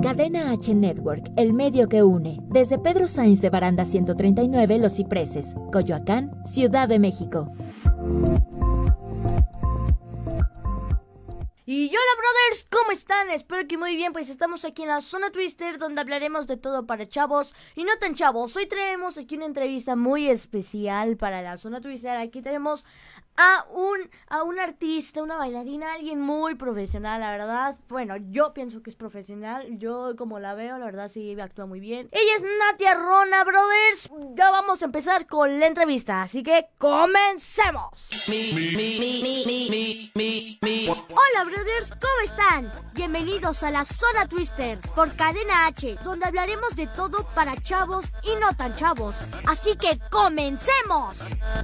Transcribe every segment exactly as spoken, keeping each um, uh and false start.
Cadena H Network, el medio que une. Desde Pedro Sainz de Baranda ciento treinta y nueve, Los Cipreses, Coyoacán, Ciudad de México. Y hola brothers, ¿cómo están? Espero que muy bien, pues estamos aquí en la Zona Twister, donde hablaremos de todo para chavos y no tan chavos. Hoy traemos aquí una entrevista muy especial para la Zona Twister. Aquí tenemos a un, a un artista, una bailarina, alguien muy profesional, la verdad. Bueno, yo pienso que es profesional, yo como la veo, la verdad sí actúa muy bien. Ella es Natia Rona, brothers. Ya vamos a empezar con la entrevista, así que comencemos. Hola brothers, ¿cómo están? Bienvenidos a la Zona Twister por Cadena H, donde hablaremos de todo para chavos y no tan chavos. Así que comencemos.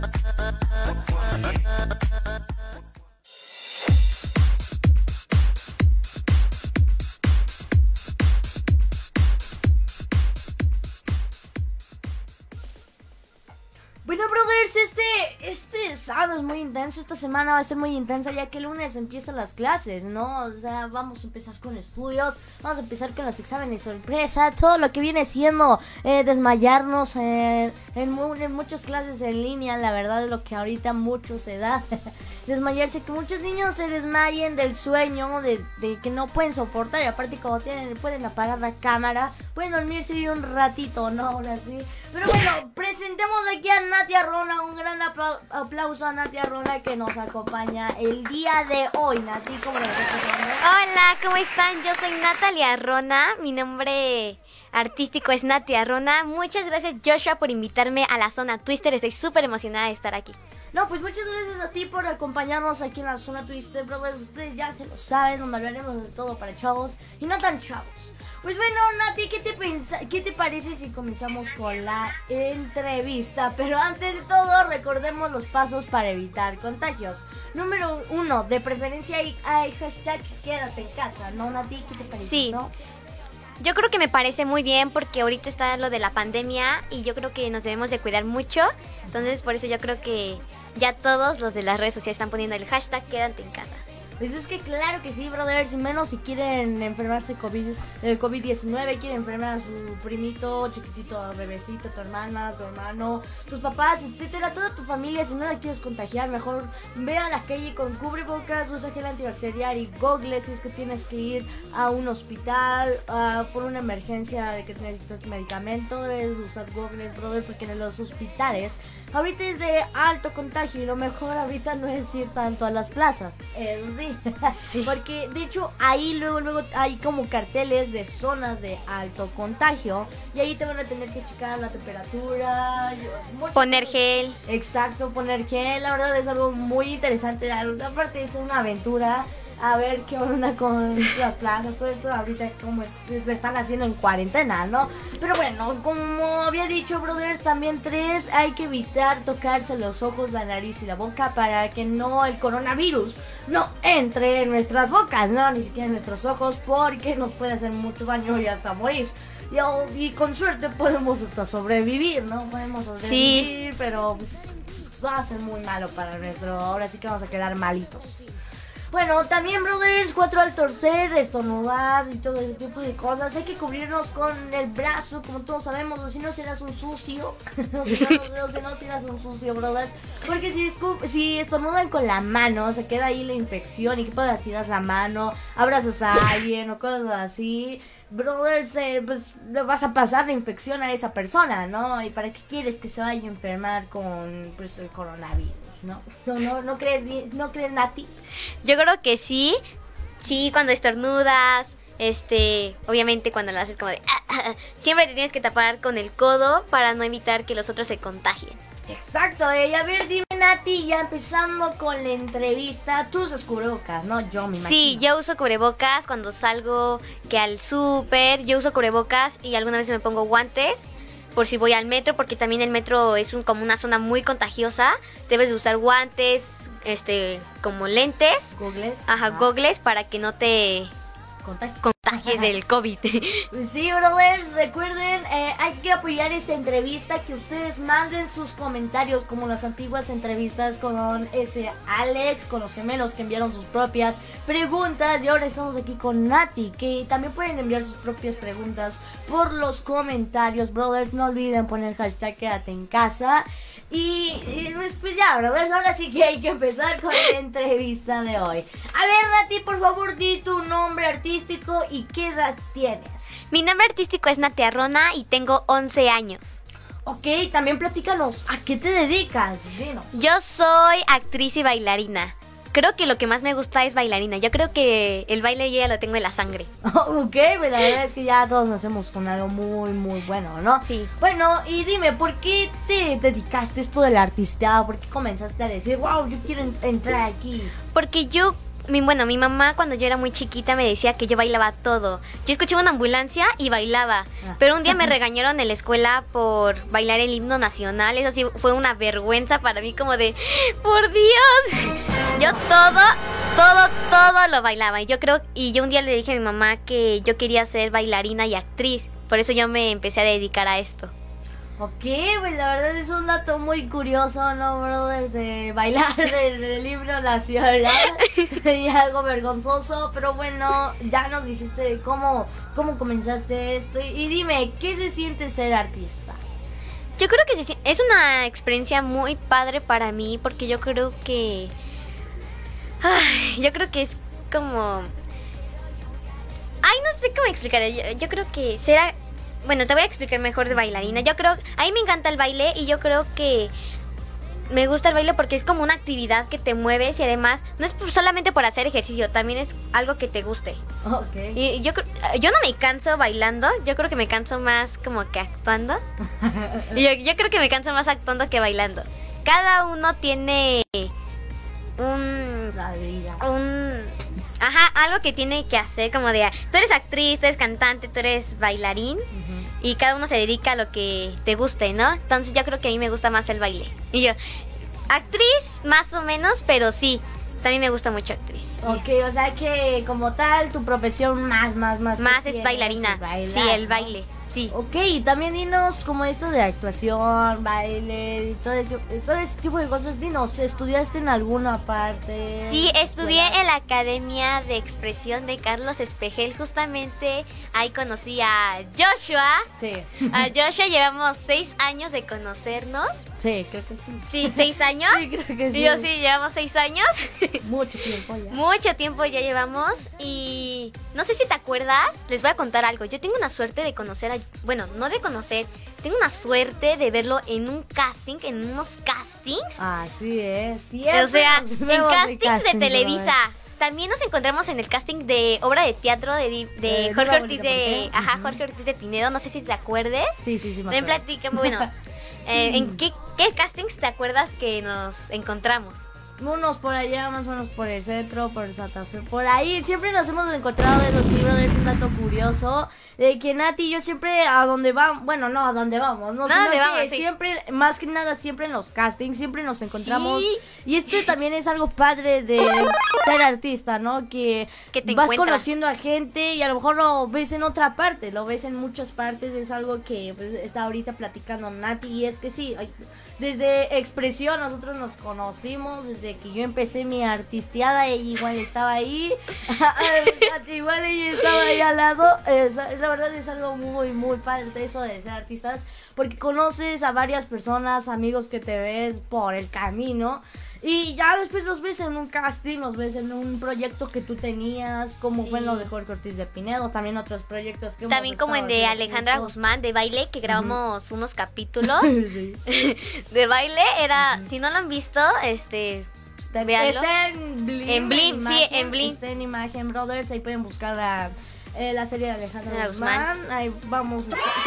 Bueno, brothers, este, este sábado es muy intenso, esta semana va a ser muy intensa ya que el lunes empiezan las clases, ¿no? O sea, vamos a empezar con estudios, vamos a empezar con los exámenes sorpresa, todo lo que viene siendo eh, desmayarnos eh, en, en muchas clases en línea, la verdad es lo que ahorita mucho se da, desmayarse, que muchos niños se desmayen del sueño, de, de que no pueden soportar, y aparte como tienen, pueden apagar la cámara, pueden dormirse un ratito, ¿no? Ahora sí, pero bueno, presentemos aquí a Natia Rona, un gran apla- aplauso a Natia Rona que nos acompaña el día de hoy. Nati, ¿cómo le ves? Hola, ¿cómo están? Yo soy Natalia Rona, mi nombre artístico es Natia Rona. Muchas gracias Joshua por invitarme a la Zona Twister, estoy súper emocionada de estar aquí. No, pues muchas gracias a ti por acompañarnos aquí en la Zona Twister, brothers. Ustedes ya se lo saben, donde hablaremos de todo para chavos y no tan chavos. Pues bueno, Nati, ¿qué te, pensa- ¿qué te parece si comenzamos con la entrevista? Pero antes de todo, recordemos los pasos para evitar contagios. Número uno, de preferencia hay, hay hashtag quédate en casa, ¿no, Nati? ¿Qué te parece? Sí. ¿No? Yo creo que me parece muy bien porque ahorita está lo de la pandemia y yo creo que nos debemos de cuidar mucho. Entonces por eso yo creo que ya todos los de las redes sociales están poniendo el hashtag quédate en casa. Pues es que claro que sí, brothers, y menos si quieren enfermarse COVID, eh, COVID diecinueve, quieren enfermar a su primito, chiquitito, bebecito, tu hermana, tu hermano, tus papás, etcétera, toda tu familia. Si no la quieres contagiar, mejor ve a la calle con cubrebocas, usa gel antibacterial y goggles si es que tienes que ir a un hospital uh, por una emergencia de que necesitas medicamento, debes usar goggles, brother, porque en los hospitales ahorita es de alto contagio y lo mejor ahorita no es ir tanto a las plazas, eso sí. Sí. Porque de hecho ahí luego luego hay como carteles de zonas de alto contagio y ahí te van a tener que checar la temperatura, poner gel. Exacto, poner gel, la verdad es algo muy interesante, aparte es una aventura. A ver qué onda con las plazas, todo esto ahorita como lo están haciendo en cuarentena, ¿no? Pero bueno, como había dicho, brothers, también tres, hay que evitar tocarse los ojos, la nariz y la boca para que no el coronavirus no entre en nuestras bocas, ¿no? Ni siquiera en nuestros ojos, porque nos puede hacer mucho daño y hasta morir. Y, y con suerte podemos hasta sobrevivir, ¿no? Podemos sobrevivir, sí. Pero pues, va a ser muy malo para nuestro... Ahora sí que vamos a quedar malitos. Bueno, también, brothers, cuatro al torcer, estornudar y todo ese tipo de cosas. Hay que cubrirnos con el brazo, como todos sabemos, o si no serás un sucio. o si no, o si no serás un sucio, brothers. Porque si, escu- si estornudan con la mano, se queda ahí la infección. ¿Y qué pasa si das la mano, abrazas a alguien o cosas así? Brothers, eh, pues le vas a pasar la infección a esa persona, ¿no? ¿Y para qué quieres que se vaya a enfermar con pues, el coronavirus? ¿No? ¿No, no, no crees, no crees, Nati? Yo creo que sí, sí, cuando estornudas, este, obviamente cuando lo haces como de, ah, ah, siempre te tienes que tapar con el codo para no evitar que los otros se contagien. Exacto, eh, y a ver, dime, Nati, ya empezando con la entrevista, tú usas cubrebocas, ¿no? Yo me imagino. Sí, yo uso cubrebocas cuando salgo que al súper, yo uso cubrebocas y alguna vez me pongo guantes por si voy al metro, porque también el metro es un, como una zona muy contagiosa, debes de usar guantes, este, como lentes. Googles. Ajá, ah. goggles para que no te Contagio. contagies del COVID. Sí, brothers, recuerden, eh, hay que apoyar esta entrevista, que ustedes manden sus comentarios como las antiguas entrevistas con este Alex, con los gemelos que enviaron sus propias preguntas, y ahora estamos aquí con Nati, que también pueden enviar sus propias preguntas por los comentarios, brothers. No olviden poner hashtag quédate en casa. Y, y pues ya, brothers, ahora sí que hay que empezar con la entrevista de hoy. A ver, Nati, por favor, di tu nombre artístico y qué edad tienes. Mi nombre artístico es Nati Arrona y tengo once años. Ok, también platícanos, ¿a qué te dedicas? Dinos. Yo soy actriz y bailarina. Creo que lo que más me gusta es bailarina. Yo creo que el baile yo ya lo tengo en la sangre. Ok, pues la verdad es que ya todos nacemos con algo muy, muy bueno, ¿no? Sí. Bueno, y dime, ¿por qué te dedicaste a esto del artistado? ¿Por qué comenzaste a decir, wow, yo quiero en- entrar aquí? Porque yo, mi, bueno, mi mamá cuando yo era muy chiquita me decía que yo bailaba todo. Yo escuchaba una ambulancia y bailaba. Ah. Pero un día me regañaron en la escuela por bailar el himno nacional. Eso sí fue una vergüenza para mí, como de, por Dios. Yo todo, todo, todo lo bailaba. Y yo creo, y yo un día le dije a mi mamá que yo quería ser bailarina y actriz. Por eso yo me empecé a dedicar a esto. Ok, pues la verdad es un dato muy curioso, ¿no, brother? De bailar del, del himno nacional. Y algo vergonzoso, pero bueno, ya nos dijiste cómo, cómo comenzaste esto. Y dime, ¿qué se siente ser artista? Yo creo que se- es una experiencia muy padre para mí, porque yo creo que... Ay, yo creo que es como... Ay, no sé cómo explicar. Yo, yo creo que será... Bueno, te voy a explicar mejor de bailarina. Yo creo... A mí me encanta el baile y yo creo que... Me gusta el baile porque es como una actividad que te mueves y además no es por- solamente por hacer ejercicio, también es algo que te guste. Ok. Y yo, cre- yo no me canso bailando, yo creo que me canso más como que actuando. Y yo, yo creo que me canso más actuando que bailando. Cada uno tiene un... La vida. un ajá, algo que tiene que hacer, como de, tú eres actriz, tú eres cantante, tú eres bailarín. Ujú. Y cada uno se dedica a lo que te guste, ¿no? Entonces yo creo que a mí me gusta más el baile. Y yo, actriz más o menos, pero sí, también me gusta mucho actriz. Ok, o sea que como tal tu profesión más, más, más... que Más es tienes bailarina. es bailar, Sí, el ¿no? baile, sí. Ok, y también dinos como esto de actuación, baile y todo ese, todo ese tipo de cosas. Dinos, ¿estudiaste en alguna parte? Sí, estudié escuela? en la Academia de Expresión de Carlos Espejel. Justamente ahí conocí a Joshua. Sí, A Joshua llevamos seis años de conocernos. sí, creo que sí. Sí, seis años. Sí, creo que sí. Y yo sí, llevamos seis años. Mucho tiempo ya. Mucho tiempo ya llevamos y no sé si te acuerdas, les voy a contar algo. Yo tengo una suerte de conocer a... Bueno, no de conocer, tengo una suerte de verlo en un casting, en unos castings. Así es. O sea, en castings de Televisa. También nos encontramos en el casting de obra de teatro de, di- de De Jorge Diva Ortiz Bonita, de... ¿por qué? Ajá, Ujú. Jorge Ortiz de Pinedo, no sé si te acuerdes. Sí, sí, sí, me Ven, acuerdo. platícame, bueno, eh, ¿en qué, qué castings te acuerdas que nos encontramos? Unos por allá, más o menos por el centro, por el Santa Fe, por ahí. Siempre nos hemos encontrado de los Brothers, un dato curioso, de que Nati y yo siempre a donde vamos, bueno, no a donde vamos, no, No, sino donde que vamos, sí. siempre, más que nada, siempre en los castings, siempre nos encontramos. Sí. Y esto también es algo padre de ser artista, ¿no? Que, Que te vas encuentras. conociendo a gente y a lo mejor lo ves en otra parte, lo ves en muchas partes, es algo que pues, está ahorita platicando Nati, y es que sí, ay, desde Expresión nosotros nos conocimos, desde que yo empecé mi artisteada, ella igual estaba ahí, igual ella estaba ahí al lado. Es- la verdad es algo muy, muy padre eso de ser artistas, porque conoces a varias personas, amigos que te ves por el camino. Y ya después los ves en un casting, los ves en un proyecto que tú tenías, como Sí. fue en lo de Jorge Ortiz de Pinedo, también otros proyectos que hemos También como en estado de haciendo Alejandra juntos. Guzmán de baile, que grabamos unos capítulos Sí. de baile. Era, si no lo han visto, este, Está, véanlo. está en Blim. En Blim, sí, Imagen, en Blim. Está en Imagen Brothers, ahí pueden buscar la, eh, la serie de Alejandra Alejandra Guzmán. Guzmán. Ahí vamos. a estar- También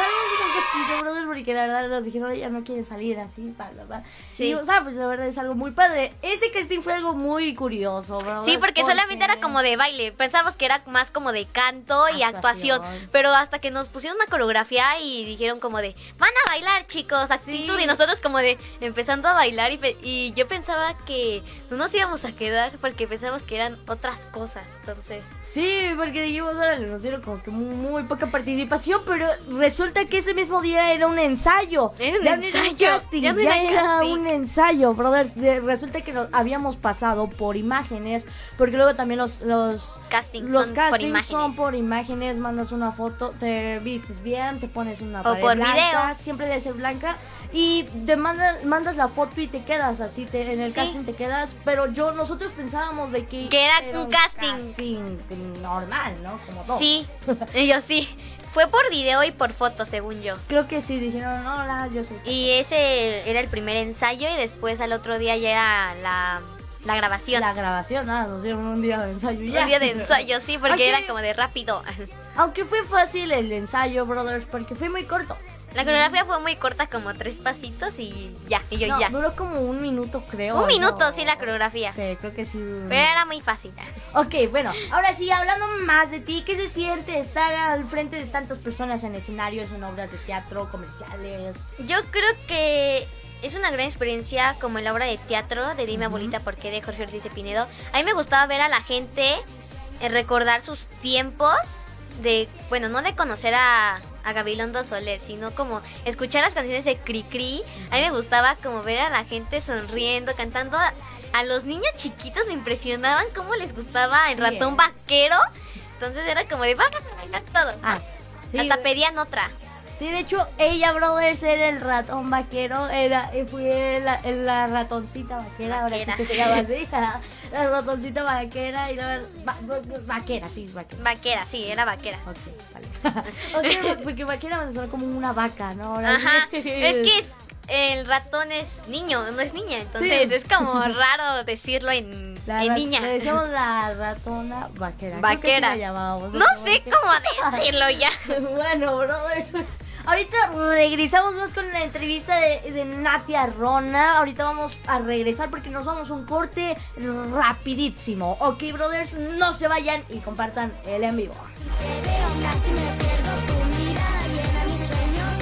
cochino, brother, porque la verdad nos dijeron, ya no quieren salir así, bla, bla, bla. Sí. Y, o sea, pues la verdad es algo muy padre. Ese casting fue algo muy curioso, brother. Sí, porque, porque solamente era como de baile. Pensábamos que era más como de canto y actuación. Actuación. Pero hasta que nos pusieron una coreografía y dijeron como de, van a bailar, chicos, actitud. Sí. Y nosotros como de empezando a bailar. Y, pe- y yo pensaba que no nos íbamos a quedar porque pensábamos que eran otras cosas. Entonces... Sí, porque dijimos, órale, nos dieron como que muy, muy poca participación, pero resulta que ese mismo día era un ensayo. Era un ya no era un ensayo, casting, ya ya, no era era casting. un ensayo, brother. De- Resulta que nos habíamos pasado por imágenes, porque luego también los... los Casting Los son castings por imágenes. son por imágenes, mandas una foto, te vistes bien, te pones una O pared por blanca, video. siempre debe ser blanca, y te mandan, mandas la foto y te quedas así, te, en el Sí. casting te quedas, pero yo, nosotros pensábamos de que, Que era un casting. casting normal, ¿no? Como todo. Sí, y yo sí. Fue por video y por foto, según yo. Creo que sí, dijeron, hola, yo soy... Y ese era el primer ensayo y después al otro día ya era la, la grabación. La grabación, nada, nos dieron un día de ensayo y ya. Un día de ensayo, sí, porque Aunque- era como de rápido. Aunque fue fácil el ensayo, brothers, porque fue muy corto. La coreografía fue muy corta, como tres pasitos y ya, y yo No, ya. duró como un minuto, creo. Un ¿no? minuto, sí, la coreografía. Sí, creo que sí. Pero era muy fácil. Ok, bueno, ahora sí, hablando más de ti, ¿qué se siente estar al frente de tantas personas en escenarios, en obras de teatro, comerciales? Yo creo que es una gran experiencia como en la obra de teatro de Dime Abuelita por qué de Jorge Ortiz de Pinedo. A mí me gustaba ver a la gente eh, recordar sus tiempos de, bueno, no de conocer a, a Gabilondo Soler, sino como escuchar las canciones de Cricri. A mí me gustaba como ver a la gente sonriendo, cantando. A, a los niños chiquitos me impresionaban cómo les gustaba el Sí, ratón eh. vaquero. Entonces era como de, vamos a bailar todos. Ah, sí. Hasta pedían otra. Sí, de hecho, ella, brothers, era el ratón vaquero, era, eh, fue la, la ratoncita vaquera, ahora sí Vaquera. que se llama así, la ratoncita vaquera y la va- va- vaquera, sí, vaquera. Vaquera, sí, era vaquera. Ok, vale. Ok, porque vaquera me suena como una vaca, ¿no? Ahora Ajá, sí. es que el ratón es niño, no es niña, entonces Sí. es como raro decirlo en, La en rat- niña. Le decíamos la ratona vaquera. Creo que Vaquera. así la llamábamos, No Como sé vaquera. cómo decirlo ya. Bueno, brothers, ahorita regresamos más con la entrevista de, de Natia Rona. Ahorita vamos a regresar porque nos vamos a un corte rapidísimo. Ok, brothers, no se vayan y compartan el en vivo. Te veo casi me pierdo, tu mirada llena mis sueños.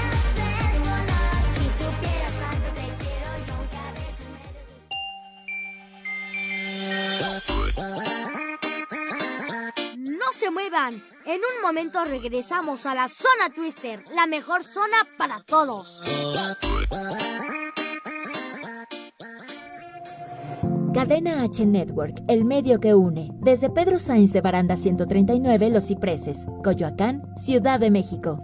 Si supieras cuánto te quiero, yo aunque a veces me desespero. No se muevan, en un momento regresamos a la Zona Twister, la mejor zona para todos. Cadena H Network, el medio que une. Desde Pedro Sainz de Baranda ciento treinta y nueve, Los Cipreses, Coyoacán, Ciudad de México.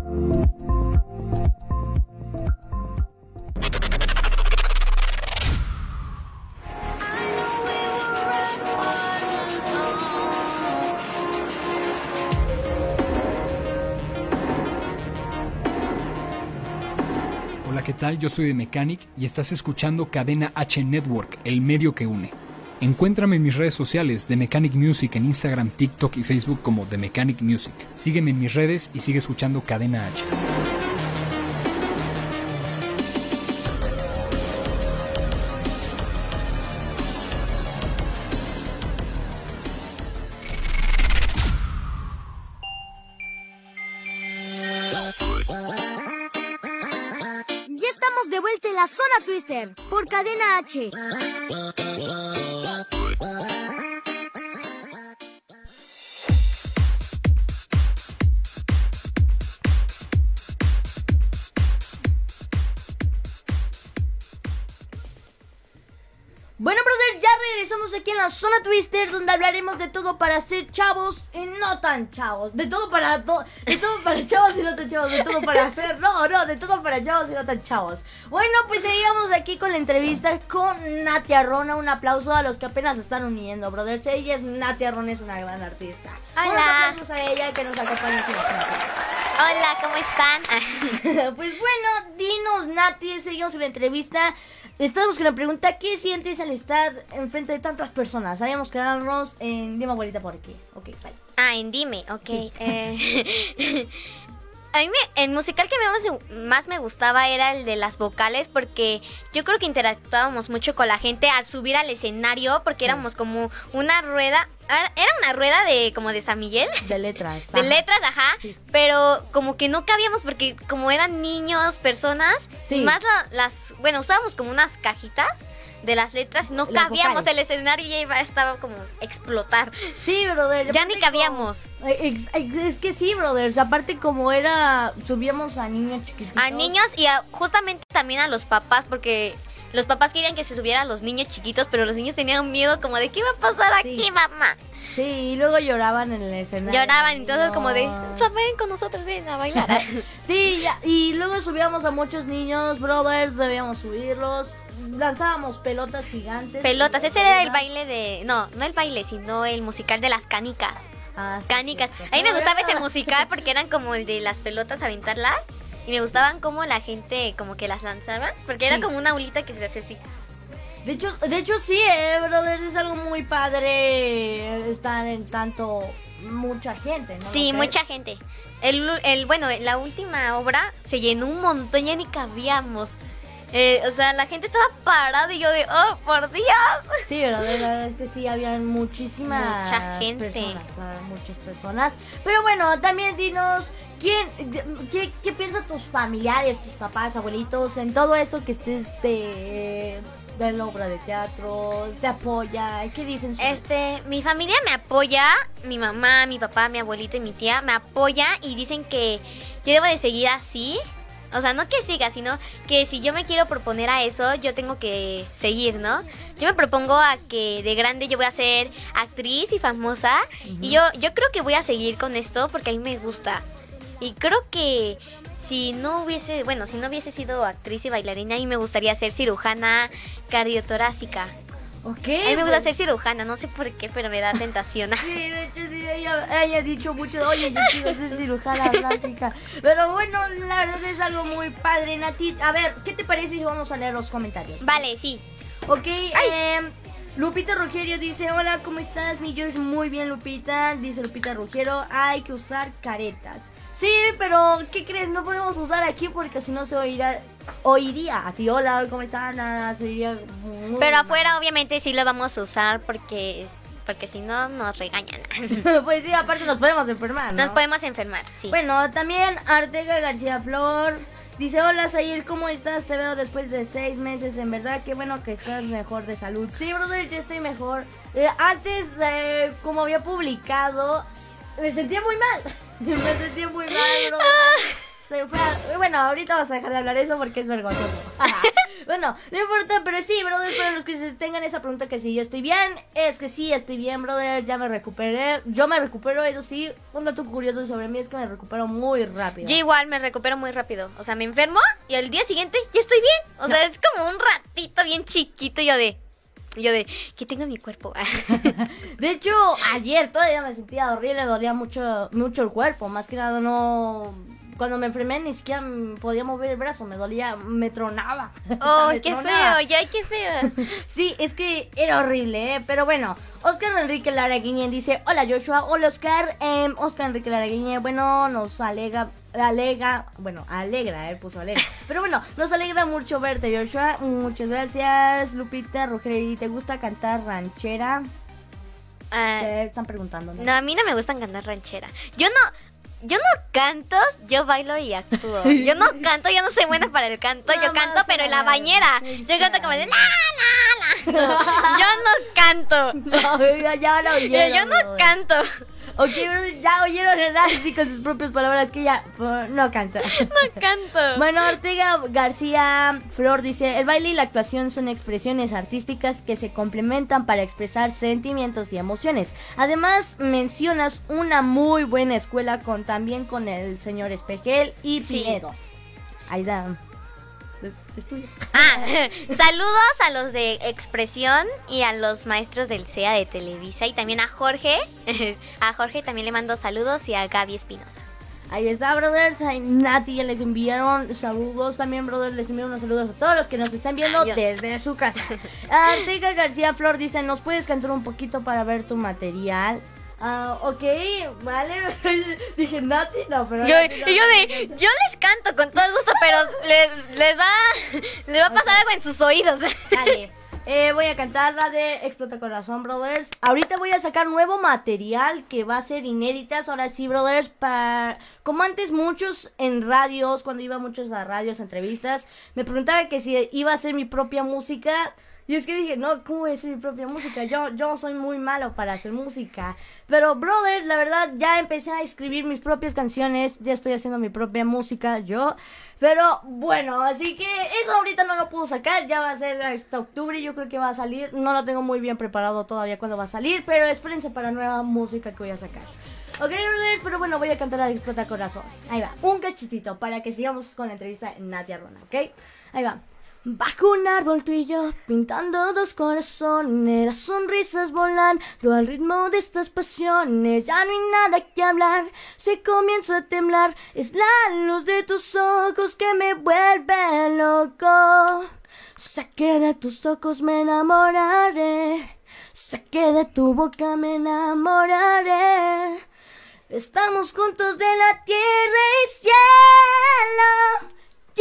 Hola, ¿qué tal? Yo soy de Mechanic y estás escuchando Cadena H Network, el medio que une. Encuéntrame en mis redes sociales de Mechanic Music en Instagram, TikTok y Facebook como The Mechanic Music. Sígueme en mis redes y sigue escuchando Cadena H. Ya estamos de vuelta en la Zona Twister por Cadena H. Bueno, brothers, ya regresamos aquí en la Zona Twister, donde hablaremos de todo para ser chavos y no tan chavos. De todo para to de todo para chavos y no tan chavos. De todo para hacer, no, no, de todo para chavos y no tan chavos. Bueno, pues seguimos aquí con la entrevista con Natia Rona. Un aplauso a los que apenas se están uniendo, brothers. Ella es Natia Rona, es una gran artista. Hola. Unos aplausos a ella que nos acompaña aquí. Hola, ¿cómo están? Pues bueno, dinos, Nati, seguimos con la entrevista. Estamos con la pregunta, ¿qué sientes al estar enfrente de tantas personas? Habíamos quedarnos en Dime Abuelita por qué. Ok, vale. Ah, en Dime, ok. Sí. Eh, A mí me, el musical que más, más me gustaba era el de las vocales, porque yo creo que interactuábamos mucho con la gente al subir al escenario, porque éramos como una rueda, era una rueda de como de San Miguel. De letras. De ajá. letras, ajá, Sí. pero como que no cabíamos porque como eran niños, personas, Sí. y más la- las, bueno, usábamos como unas cajitas de las letras, no Las cabíamos, vocales. el escenario ya iba, estaba como explotar. Sí, brother. Ya aparte ni cabíamos. como- ex- ex- es que sí, brothers. Aparte como era, subíamos a niños chiquititos. A niños y a- justamente también a los papás, porque los papás querían que se subieran los niños chiquitos, pero los niños tenían miedo como de ¿qué va a pasar aquí, Sí. mamá? Sí, y luego lloraban en el escenario. Lloraban y todo como de, No. ven con nosotros, ven a bailar. Sí, ya, y luego subíamos a muchos niños, brothers, debíamos subirlos. Lanzábamos pelotas gigantes. Pelotas, ese era el baile de, no, no el baile, sino el musical de las canicas. Ah, sí, Canicas. cierto. A mí me No, gustaba ya. ese musical porque eran como el de las pelotas, aventarlas. Y me gustaban como la gente como que las lanzaba. Porque era Sí. como una bolita que se hace así. De hecho, de hecho sí, eh, brothers, es algo muy padre estar en tanto mucha gente, ¿no? Sí, ¿Lo crees? mucha gente. El, el, bueno, la última obra se llenó un montón, ya ni cabíamos. Eh, o sea, la gente estaba parada y yo de, oh, por Dios. Sí, pero de verdad es que sí, habían muchísimas Mucha gente. personas, ah, muchas personas. Pero bueno, también dinos, ¿quién, de- qué, qué piensan tus familiares, tus papás, abuelitos, en todo esto que estés de, de la obra de teatro, te apoya? ¿Qué dicen? sobre- Este, mi familia me apoya, mi mamá, mi papá, mi abuelito y mi tía me apoya y dicen que yo debo de seguir así. O sea, no que siga, sino que si yo me quiero proponer a eso, yo tengo que seguir, ¿no? Yo me propongo a que de grande yo voy a ser actriz y famosa. Y yo, yo creo que voy a seguir con esto porque a mí me gusta. Y creo que si no hubiese, bueno, si no hubiese sido actriz y bailarina, a mí me gustaría ser cirujana cardiotorácica. Ok. A mí me gusta pues- ser cirujana, no sé por qué, pero me da tentación. Sí, de hecho, sí, ella, ella ha dicho mucho, oye, yo quiero ser cirujana plástica. Pero bueno, la verdad es algo muy padre, Nati. A ver, ¿qué te parece si vamos a leer los comentarios? Vale, sí. Ok, eh, Lupita Rugerio dice, hola, ¿cómo estás? Mi Josh, muy bien, Lupita. Dice Lupita Rugerio, hay que usar caretas. Sí, pero ¿qué crees? No podemos usar aquí porque si no se oirá, oiría así, hola, ¿cómo están? Ah, se oiría muy Pero mal. afuera obviamente sí lo vamos a usar porque porque si no nos regañan. Pues sí, aparte nos podemos enfermar, ¿no? Nos podemos enfermar, sí. Bueno, también Artega García Flor dice, hola Zahir, ¿cómo estás? Te veo después de seis meses, en verdad, qué bueno que estás mejor de salud. Sí, brother, yo estoy mejor. Eh, antes, eh, como había publicado, me sentía muy mal. Me sentía muy mal, brother. Se fue a- Bueno, ahorita vas a dejar de hablar eso porque es vergonzoso. Bueno, no importa, pero sí, brother, para los que se tengan esa pregunta que si yo estoy bien, es que sí, estoy bien, brother, ya me recuperé. Yo me recupero, eso sí, un dato curioso sobre mí es que me recupero muy rápido. Yo igual me recupero muy rápido. O sea, me enfermo y al día siguiente ya estoy bien. O sea, es como un ratito bien chiquito y yo de... y Yo de, ¿qué tengo en mi cuerpo? De hecho, ayer todavía me sentía horrible, dolía mucho, mucho el cuerpo, más que nada no... Cuando me enfermé ni siquiera mm, podía mover el brazo, me dolía, me tronaba. ¡Oh, Me qué tronaba. feo! ¡Ya, qué feo! Sí, es que era horrible, ¿eh? Pero bueno, Oscar Enrique Laraguiñe dice, hola Joshua, hola Oscar, eh, Oscar Enrique Laraguiñe, bueno, nos alega, alega, bueno, alegra, él puso alegra, pero bueno, nos alegra mucho verte Joshua, muchas gracias. Lupita Rogerio, ¿te gusta cantar ranchera? Ah, Te están preguntando, ¿no? no, a mí no me gustan cantar ranchera. Yo no... Yo no canto, yo bailo y actúo. Yo no canto, yo no soy buena para el canto. Nada Yo canto, más pero en la para- bañera. Yo canto como de la, la, la. No, yo no canto. No, ya, ya lo oyeron. Yo no brother. canto. Ok, brother, ya oyeron a Nancy con sus propias palabras que ella uh, no canta. No canto. Bueno, Ortega García Flor dice, el baile y la actuación son expresiones artísticas que se complementan para expresar sentimientos y emociones. Además, mencionas una muy buena escuela con también con el señor Espejel y Sí. Pinedo. Ahí da. Es tuyo. Ah, saludos a los de Expresión y a los maestros del C E A de Televisa y también a Jorge. A Jorge también le mando saludos y a Gaby Espinosa. Ahí está, brothers. A Nati ya les enviaron saludos. También, brothers, les envío unos saludos a todos los que nos están viendo Ay, Dios. desde su casa. Artega García Flor dice, ¿nos puedes cantar un poquito para ver tu material? Ah, ok, vale. Dije, Nati, no, pero... Yo, Nati no, y yo no, de, yo les canto con todo gusto, pero les, les va les va a pasar Ok. algo en sus oídos. Dale. Eh, voy a cantar la de Explota Corazón, brothers. Ahorita voy a sacar nuevo material que va a ser inéditas. Ahora sí, brothers. Pa... Como antes muchos en radios, cuando iba muchos a radios, entrevistas, me preguntaban que si iba a hacer mi propia música. Y es que dije, no, ¿cómo voy a hacer mi propia música? Yo, yo soy muy malo para hacer música. Pero, brothers, la verdad, ya empecé a escribir mis propias canciones. Ya estoy haciendo mi propia música, yo. Pero, bueno, así que eso ahorita no lo puedo sacar. Ya va a ser hasta octubre, yo creo que va a salir. No lo tengo muy bien preparado todavía cuando va a salir. Pero espérense para nueva música que voy a sacar. Ok, brothers, pero bueno, voy a cantar la de Explota Corazón. Ahí va, un cachitito para que sigamos con la entrevista en Nati Arjona, ¿ok? Ahí va. Bajo un árbol tú y yo, pintando dos corazones, las sonrisas volando al ritmo de estas pasiones. Ya no hay nada que hablar, se comienza a temblar, es la luz de tus ojos que me vuelve loco. Saqué de tus ojos me enamoraré, saqué de tu boca me enamoraré. Estamos juntos de la tierra y cielo,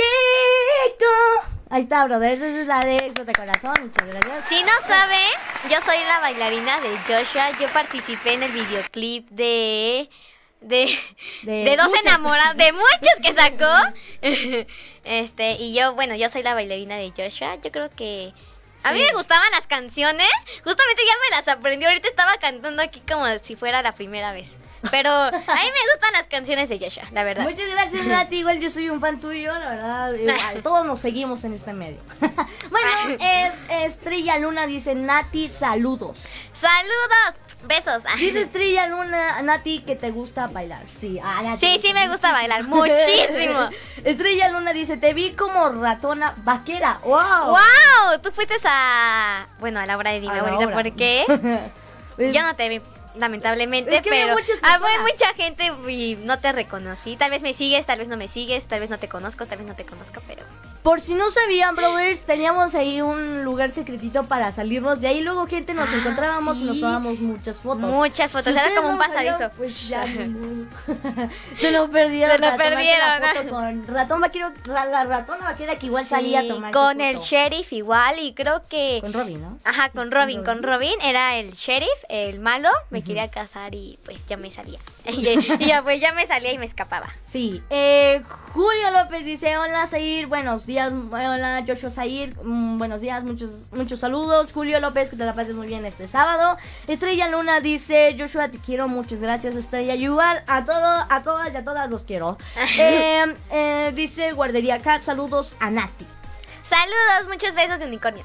chico. Ahí está, brothers, esa es la de Explota Corazón, muchas gracias. Si no saben, yo soy la bailarina de Joshua. Yo participé en el videoclip de... De, De de dos muchos. enamorados, de muchos que sacó. Este, y yo, bueno, yo soy la bailarina de Joshua. Yo creo que... A mí Sí. me gustaban las canciones. Justamente ya me las aprendí. Ahorita estaba cantando aquí como si fuera la primera vez. Pero a mí me gustan las canciones de Joshua, la verdad. Muchas gracias, Nati. Igual yo soy un fan tuyo, la verdad. Igual, todos nos seguimos en este medio. Bueno, es, Estrella Luna dice, Nati, saludos. ¡Saludos! Besos. Dice Estrella Luna, Nati, que te gusta bailar. Sí, ah, Nati, Sí, sí me gusta bailar muchísimo. Estrella Luna dice, te vi como ratona vaquera. ¡Wow! ¡Wow! Tú fuiste a... Bueno, a la obra de Dime A la ahorita, obra. ¿por qué? Yo no te vi, lamentablemente, Es que había pero muchas había personas. mucha gente y no te reconocí. Tal vez me sigues, tal vez no me sigues, tal vez no te conozco, tal vez no te conozco, pero... Por si no sabían, brothers, teníamos ahí un lugar secretito para salirnos. De ahí luego gente nos Ah, encontrábamos sí. y nos tomábamos muchas fotos. Muchas fotos, Si era ustedes como un no lo sabían, pasadizo. pues ya no. Se lo perdieron. Se lo para tomarse perdieron, la foto con ratón vaquero, ra- la ratona vaquera que igual salía a Sí, tomar con el sheriff igual y creo que... Con Robin, ¿no? Ajá, con Robin, Con con Robin era el sheriff, el malo, me quería casar y pues ya me salía. Y, y ya pues ya me salía y me escapaba. Sí, eh, Julio López dice, hola Zair, buenos días, hola Joshua Zair, mm, buenos días, muchos muchos saludos. Julio López, que te la pases muy bien este sábado. Estrella Luna dice, Joshua, te quiero, muchas gracias Estrella, igual a todo, a todas y a todas los quiero. eh, eh, dice Guardería Cat, saludos a Nati. Saludos, muchos besos de unicornio.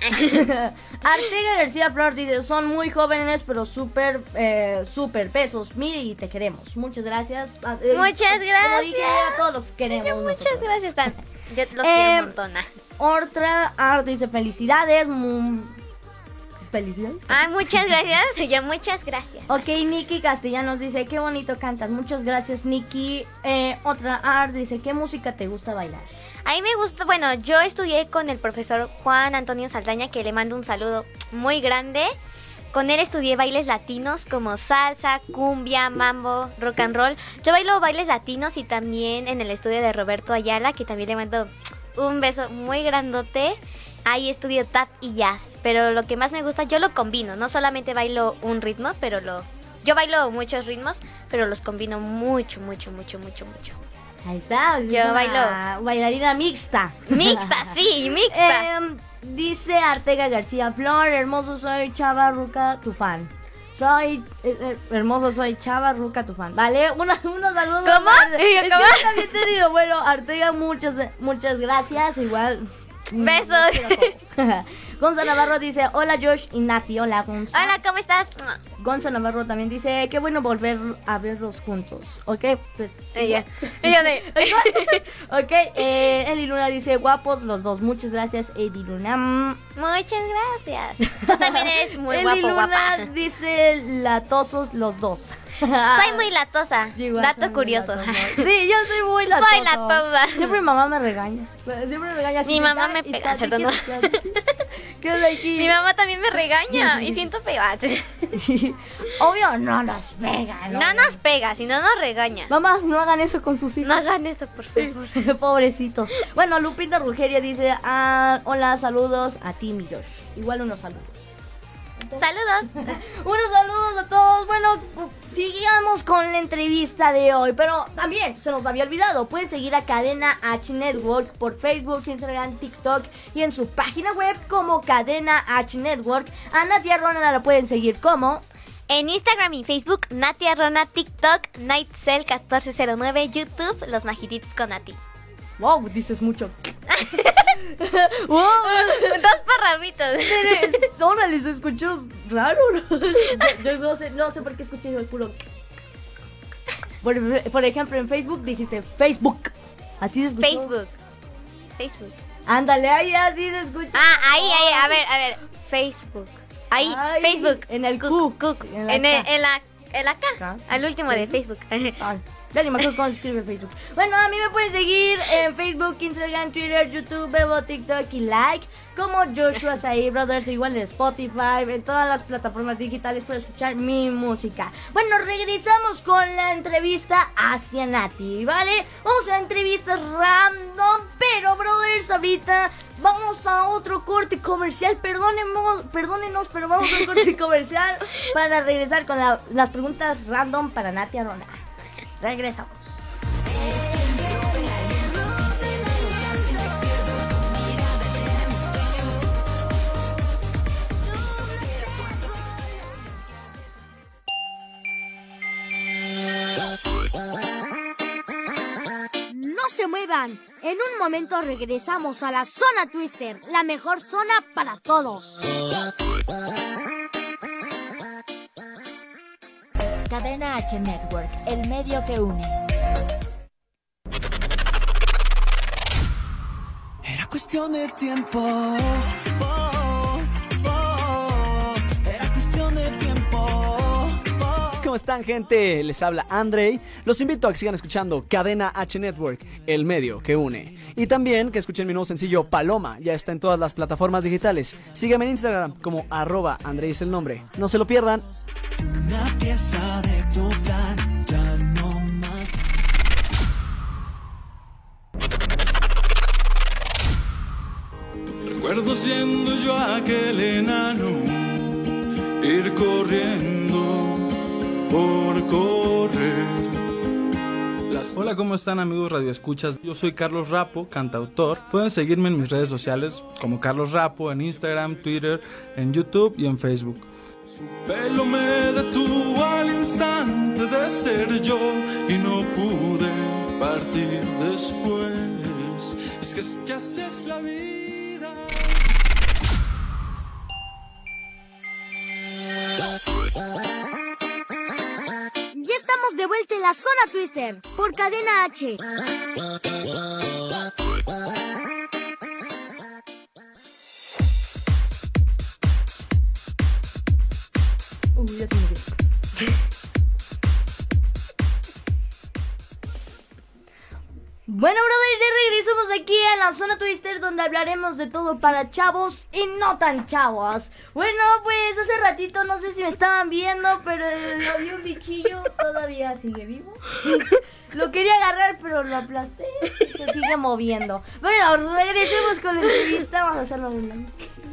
Artega García Flor dice, son muy jóvenes pero súper, eh, súper pesos, mire y te queremos. Muchas gracias. Ah, eh, Muchas Como gracias. dije, a todos los queremos. Muchas nosotros. gracias, Tan. Yo los Eh, quiero un montón. ah. Otra Art dice, felicidades. mm, Felicidades. Ay, muchas gracias. Ya, muchas gracias. Ok, Nikki Castellanos dice, qué bonito cantas. Muchas gracias, Nikki. Eh, otra Art dice, ¿qué música te gusta bailar? A mí me gusta, bueno, yo estudié con el profesor Juan Antonio Saldaña, que le mando un saludo muy grande. Con él estudié bailes latinos como salsa, cumbia, mambo, rock and roll. Yo bailo bailes latinos y también en el estudio de Roberto Ayala, que también le mando un beso muy grandote. Ahí estudio tap y jazz, pero lo que más me gusta, yo lo combino. No solamente bailo un ritmo, pero lo... Yo bailo muchos ritmos, pero los combino mucho, mucho, mucho, mucho, mucho. Ahí está. es Yo una bailo. Bailarina mixta. Mixta, sí, mixta. Em, dice Artega García Flor, hermoso soy Chava Ruca, tu fan. Soy, eh, eh, hermoso soy Chava Ruca, tu fan. Vale, Una, unos saludos. ¿Cómo? Es que ¿Cómo? yo también te digo, bueno, Artega, muchas, muchas gracias. Igual. Besos. Gonza Navarro dice, hola Josh y Nati, hola Gonza. Hola, ¿cómo estás? Gonza Navarro también dice, qué bueno volver a verlos juntos. Ok, pues, Ella, ella de... ok, eh, Eli Luna dice, guapos los dos, muchas gracias Eli Luna. Mm, Muchas gracias. Tú también eres muy Eli guapo, Luna guapa. dice, latosos los dos. Soy muy latosa. Igual soy Dato muy curioso. latosa. Sí, yo soy muy latosa. Soy latosa. Siempre mi mamá me regaña. Siempre me regaña así Mi de, mamá "Ay, me está, pega, ¿qué ¿cierto? No. quieres?" ¿Qué onda aquí? Mi mamá también me regaña y siento feo. Obvio, no nos pega, ¿no? No nos pega, sino nos regaña. Mamás, no hagan eso con sus hijos. No hagan eso, por favor. Pobrecitos. Bueno, Lupita Rugerio dice, ah, hola, saludos a ti, mi Josh. Igual unos saludos. Saludos. Unos saludos a todos. Bueno, sigamos con la entrevista de hoy. Pero también se nos había olvidado. Pueden seguir a Cadena H Network por Facebook, Instagram, TikTok y en su página web como Cadena H Network. A Natia Rona la pueden seguir como... En Instagram y Facebook, Natia Rona, TikTok, Nightcell catorce cero nueve, YouTube, Los Magitips con Nati. Wow, dices mucho. Wow. Dos parrabitos. Ahora les escuchó raro, ¿no? Yo, yo no sé, no sé por qué escuché el puro. Por, por ejemplo, en Facebook dijiste Facebook. Así se escuchó. Facebook. Facebook. Ándale, ahí así se escucha. Ah, ahí, ahí, a ver, a ver. Facebook. Ahí, Ay, Facebook. en el Cook, Q. Cook. En la En, el- K. en la, en la K. K. Al último de Facebook. Ay, ya ni me acuerdo cómo se escribe Facebook. Bueno, a mí me pueden seguir en Facebook, Instagram, Twitter, YouTube, Bebo, TikTok y Like como Joshua Saí Brothers, igual en Spotify, en todas las plataformas digitales para escuchar mi música. Bueno, regresamos con la entrevista hacia Nati, ¿vale? Vamos a entrevistas random, pero brothers, ahorita vamos a otro corte comercial. Perdónenos, perdónenos, pero vamos a un corte comercial para regresar con la- las preguntas random para Nati Arona. Regresamos. No se muevan. En un momento regresamos a la Zona Twister, la mejor zona para todos. Cadena H Network, el medio que une. Era cuestión de tiempo. Oh, oh, era cuestión de tiempo. Oh. ¿Cómo están, gente? Les habla Andrei. Los invito a que sigan escuchando Cadena H Network, el medio que une. Y también que escuchen mi nuevo sencillo Paloma. Ya está en todas las plataformas digitales. Sígueme en Instagram como arroba Andrei es el nombre. No se lo pierdan. Una pieza de tu plan, ya no más. Recuerdo siendo yo aquel enano, ir corriendo por correr. Las... Hola, ¿cómo están, amigos radioescuchas? Yo soy Carlos Rapo, cantautor. Pueden seguirme en mis redes sociales como Carlos Rapo en Instagram, Twitter, en YouTube y en Facebook. Su pelo me detuvo al instante de ser yo y no pude partir después. Es que es que así es la vida. Ya estamos de vuelta en la Zona Twister por Cadena H. Uy, ya se me dio. Bueno, brothers, ya regresamos aquí a la Zona Twister, donde hablaremos de todo para chavos y no tan chavos. Bueno, pues hace ratito, no sé si me estaban viendo, pero lo vi un bichillo, todavía sigue vivo. Lo quería agarrar, pero lo aplasté, se sigue moviendo. Bueno, regresemos con la entrevista, vamos a hacerlo de una...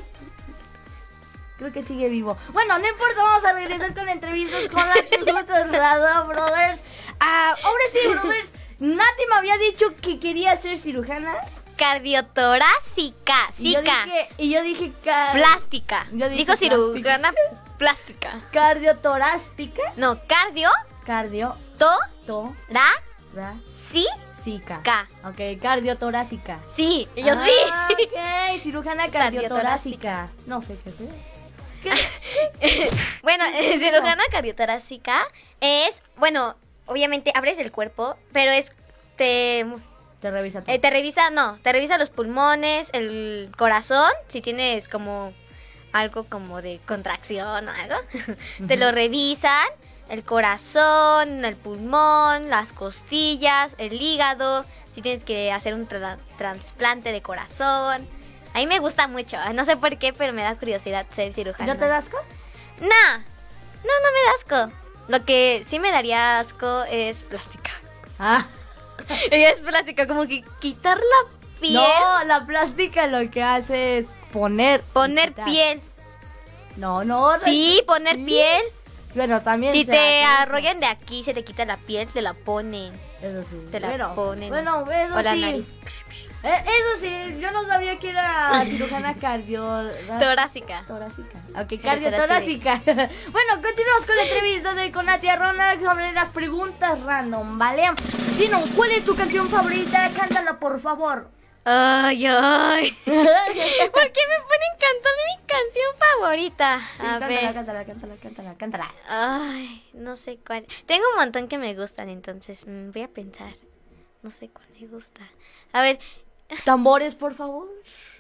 Creo que sigue vivo. Bueno, no importa, vamos a regresar con entrevistas con las preguntas Rado, brothers. Ah, ahora sí, brothers. Nati me había dicho que quería ser cirujana. Cardiotorácica. Y yo Sica. dije, y yo dije car- Plástica. Yo dije Dijo cirujana plástica. Cardiotorástica. No, cardio. Cardio. To. To. Ra. Ra. Sí. Sica. Ca. Ok, cardiotorácica. Sí. Y yo Ah, sí. ok, cirujana cardiotorácica. No sé qué es. ¿Qué? Bueno, ¿Qué es cirujana cardiotorácica es, bueno, obviamente abres el cuerpo, pero es te Te revisa todo. eh, te revisa, no, te revisa los pulmones, el corazón, si tienes como algo como de contracción o algo, te lo revisan, el corazón, el pulmón, las costillas, el hígado, si tienes que hacer un tra- trasplante de corazón. A mí me gusta mucho. No sé por qué, pero me da curiosidad ser cirujana. ¿No te das asco? No, no, no me da asco. Lo que sí me daría asco es plástica. Ah. Es plástica, como que quitar la piel. No, la plástica lo que hace es poner. Poner quitar. piel. No, no. Sí, poner sí. piel. Bueno, también. Si se te hace arrollan de aquí, se te quita la piel, te la ponen. Eso, eso sí. Te la bueno, ponen. Bueno, eso o la sí. nariz. Eh, eso sí, yo no sabía que era cirujana cardio... Torácica. Torácica. Ok, cardiotorácica. Bueno, continuamos con la entrevista de con Natia Ronak sobre las preguntas random, ¿vale? Dinos, ¿cuál es tu canción favorita? Cántala, por favor. Ay, ay. ¿Por qué me ponen cantar mi canción favorita? Sí, A cántala, ver. cántala, cántala, cántala, cántala. Ay, no sé cuál. Tengo un montón que me gustan, entonces mm, voy a pensar. No sé cuál me gusta. A ver. Tambores, por favor.